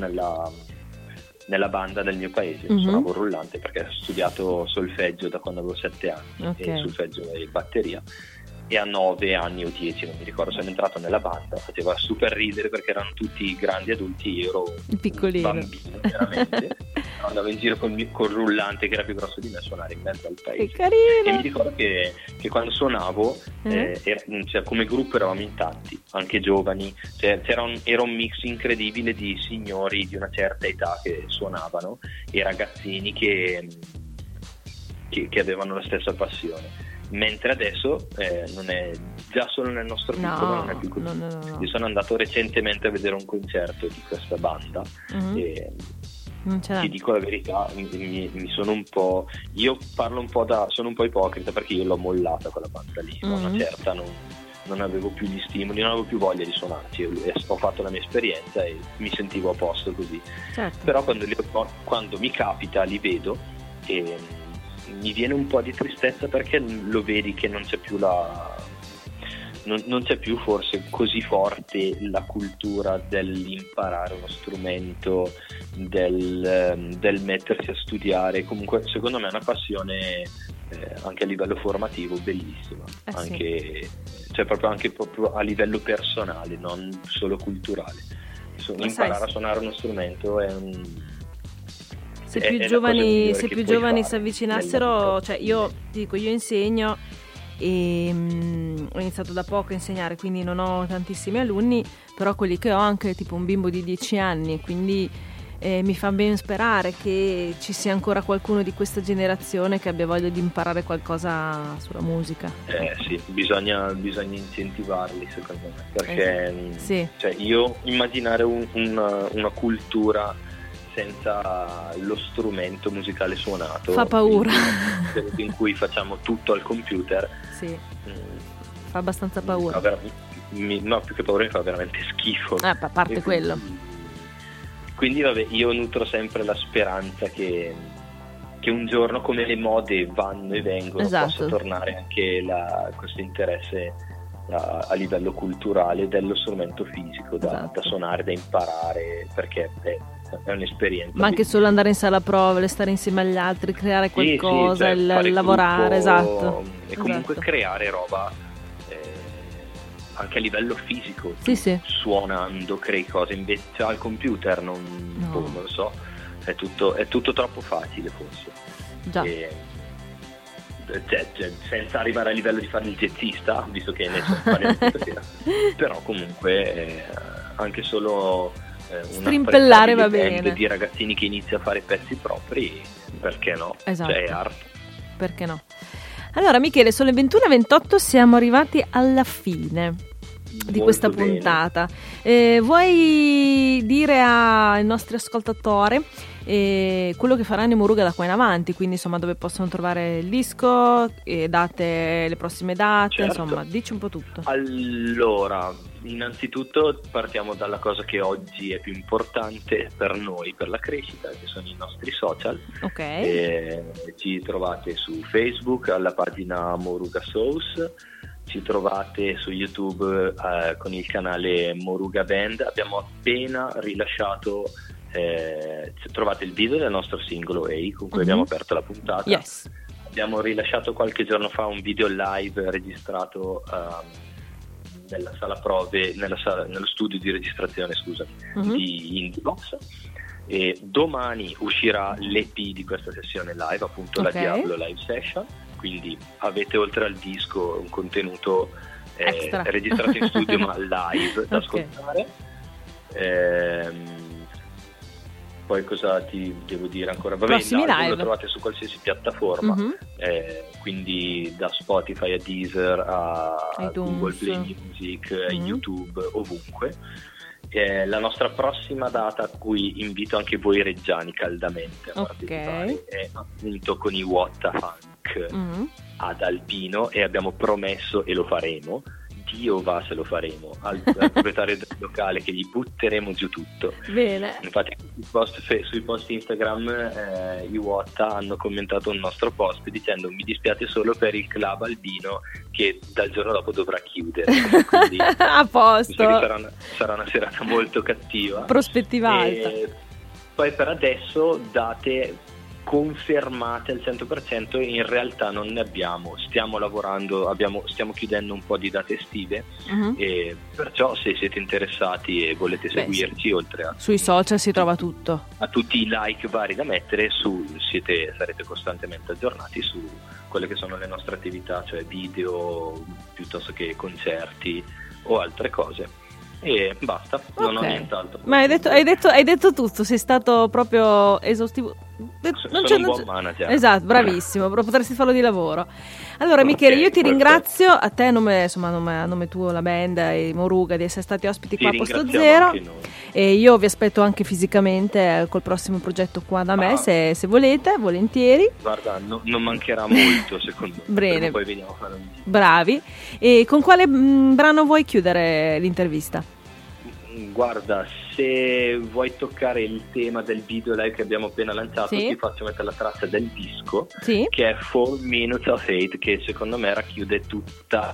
nella banda del mio paese, suonavo rullante perché ho studiato solfeggio da quando avevo 7 anni, okay. E solfeggio e batteria, e a 9 anni o 10, non mi ricordo, sono entrato nella banda, faceva super ridere perché erano tutti grandi adulti, io ero piccolino, un bambino veramente. Andavo in giro col rullante che era più grosso di me a suonare in mezzo al paese. Che carino! E mi ricordo che quando suonavo come gruppo eravamo in tanti, anche giovani, era un mix incredibile di signori di una certa età che suonavano e ragazzini che avevano la stessa passione. Mentre adesso non è già solo nel nostro piccolo, non è più così. No. Io sono andato recentemente a vedere un concerto di questa banda e ti dico la verità, mi sono un po', io parlo un po' sono un po' ipocrita perché io l'ho mollata quella banda lì, a una certa non avevo più gli stimoli, non avevo più voglia di suonarci, ho fatto la mia esperienza e mi sentivo a posto così. Certo. Però quando mi capita li vedo e mi viene un po' di tristezza perché lo vedi che non c'è più non c'è più forse così forte la cultura dell'imparare uno strumento, del mettersi a studiare. Comunque secondo me è una passione anche a livello formativo bellissima, anche, cioè proprio a livello personale, non solo culturale. Imparare a suonare uno strumento è se più giovani si avvicinassero, cioè io insegno e ho iniziato da poco a insegnare, quindi non ho tantissimi alunni, però quelli che ho anche tipo un bimbo di 10 anni, quindi mi fa ben sperare che ci sia ancora qualcuno di questa generazione che abbia voglia di imparare qualcosa sulla musica. Sì, bisogna incentivarli secondo me, perché cioè, io immaginare una cultura senza lo strumento musicale suonato fa paura, in cui facciamo tutto al computer, fa abbastanza paura. No, più che paura mi fa veramente schifo. A parte quello. Quindi vabbè, io nutro sempre la speranza che un giorno, come le mode vanno e vengono, possa tornare anche questo interesse a livello culturale dello strumento fisico da suonare, da imparare, perché è un'esperienza. Ma anche solo andare in sala prove, stare insieme agli altri, creare qualcosa, cioè lavorare, gruppo, e comunque creare roba anche a livello fisico. Suonando crei cose, invece al computer non lo so, è tutto troppo facile forse. Già. Senza arrivare a livello di fare il jazzista, visto che ne so fare stasera, però comunque anche solo strimpellare va bene, di ragazzini che inizia a fare pezzi propri perché no? Esatto. Cioè è arte. Perché no? Allora Michele, sono le 21:28, siamo arrivati alla fine di Molto questa bene. puntata. Vuoi dire ai nostri ascoltatori quello che faranno i Moruga da qua in avanti, quindi insomma dove possono trovare il disco, le prossime date, Certo. insomma dici un po' tutto. Allora, innanzitutto partiamo dalla cosa che oggi è più importante per noi, per la crescita, che sono i nostri social. Ok. Ci trovate su Facebook alla pagina Moruga Sauce, ci trovate su YouTube con il canale Moruga Band. Abbiamo appena rilasciato, trovate il video del nostro singolo Ehi, con cui abbiamo aperto la puntata. Yes. Abbiamo rilasciato qualche giorno fa un video live registrato nella sala prove, nello studio di registrazione, di Indie-Box. E domani uscirà l'EP di questa sessione live, appunto la Diablo Live Session, quindi avete oltre al disco un contenuto registrato in studio ma live da ascoltare. Poi cosa ti devo dire ancora? Prossimi live lo trovate su qualsiasi piattaforma, quindi da Spotify a Deezer a iTunes, Google Play Music, YouTube, ovunque. La nostra prossima data, a cui invito anche voi reggiani caldamente a partecipare, è appunto con i Watta Funk ad Albino, e abbiamo promesso, e lo faremo, Dio va se lo faremo, al proprietario del locale, che gli butteremo giù tutto. Bene. Infatti sui post Instagram i Watta hanno commentato un nostro post dicendo: mi dispiace solo per il club Albino che dal giorno dopo dovrà chiudere. Quindi, a posto. Sarà una serata molto cattiva. Prospettiva alta. Poi per adesso date confermate al 100% in realtà non ne abbiamo, stiamo lavorando, stiamo chiudendo un po' di date estive, e perciò se siete interessati e volete seguirci, oltre a sui social si trova tutto, a tutti i like vari da mettere, sarete costantemente aggiornati su quelle che sono le nostre attività, cioè video piuttosto che concerti o altre cose. E basta, non ho nient'altro. Ma hai detto tutto, sei stato proprio esaustivo. Sono un buon manager. Esatto, bravissimo, potresti farlo di lavoro. Allora Michele, io ti ringrazio a te a nome tuo, la band e Moruga, di essere stati ospiti qua a Posto Zero, e io vi aspetto anche fisicamente col prossimo progetto qua da me, se volete, volentieri. Guarda, non mancherà molto secondo me. Bene. Poi veniamo a fare un giro. Bravi. E con quale brano vuoi chiudere l'intervista? Guarda, se vuoi toccare il tema del video live che abbiamo appena lanciato, ti faccio mettere la traccia del disco, che è 4 Minutes of Hate, che secondo me racchiude tutta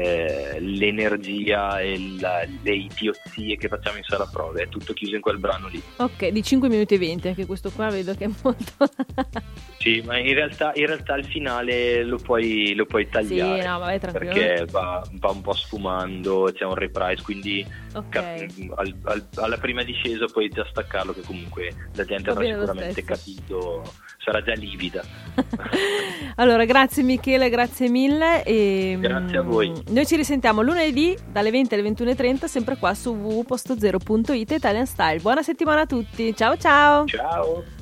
l'energia e le idiozie che facciamo in sala prove. È tutto chiuso in quel brano lì. Ok, di 5 minuti e 20, anche questo qua vedo che è molto... Sì, ma in realtà al finale lo puoi tagliare. Sì, no, vabbè, tranquillo. Perché va un po' sfumando, c'è un reprise, quindi alla prima discesa puoi già staccarlo, che comunque la gente avrà sicuramente capito, sarà già livida. Allora, grazie Michele, grazie mille, e grazie a voi. Noi ci risentiamo lunedì dalle 20 alle 21:30, sempre qua su www.postozero.it Italian Style. Buona settimana a tutti, ciao ciao. Ciao.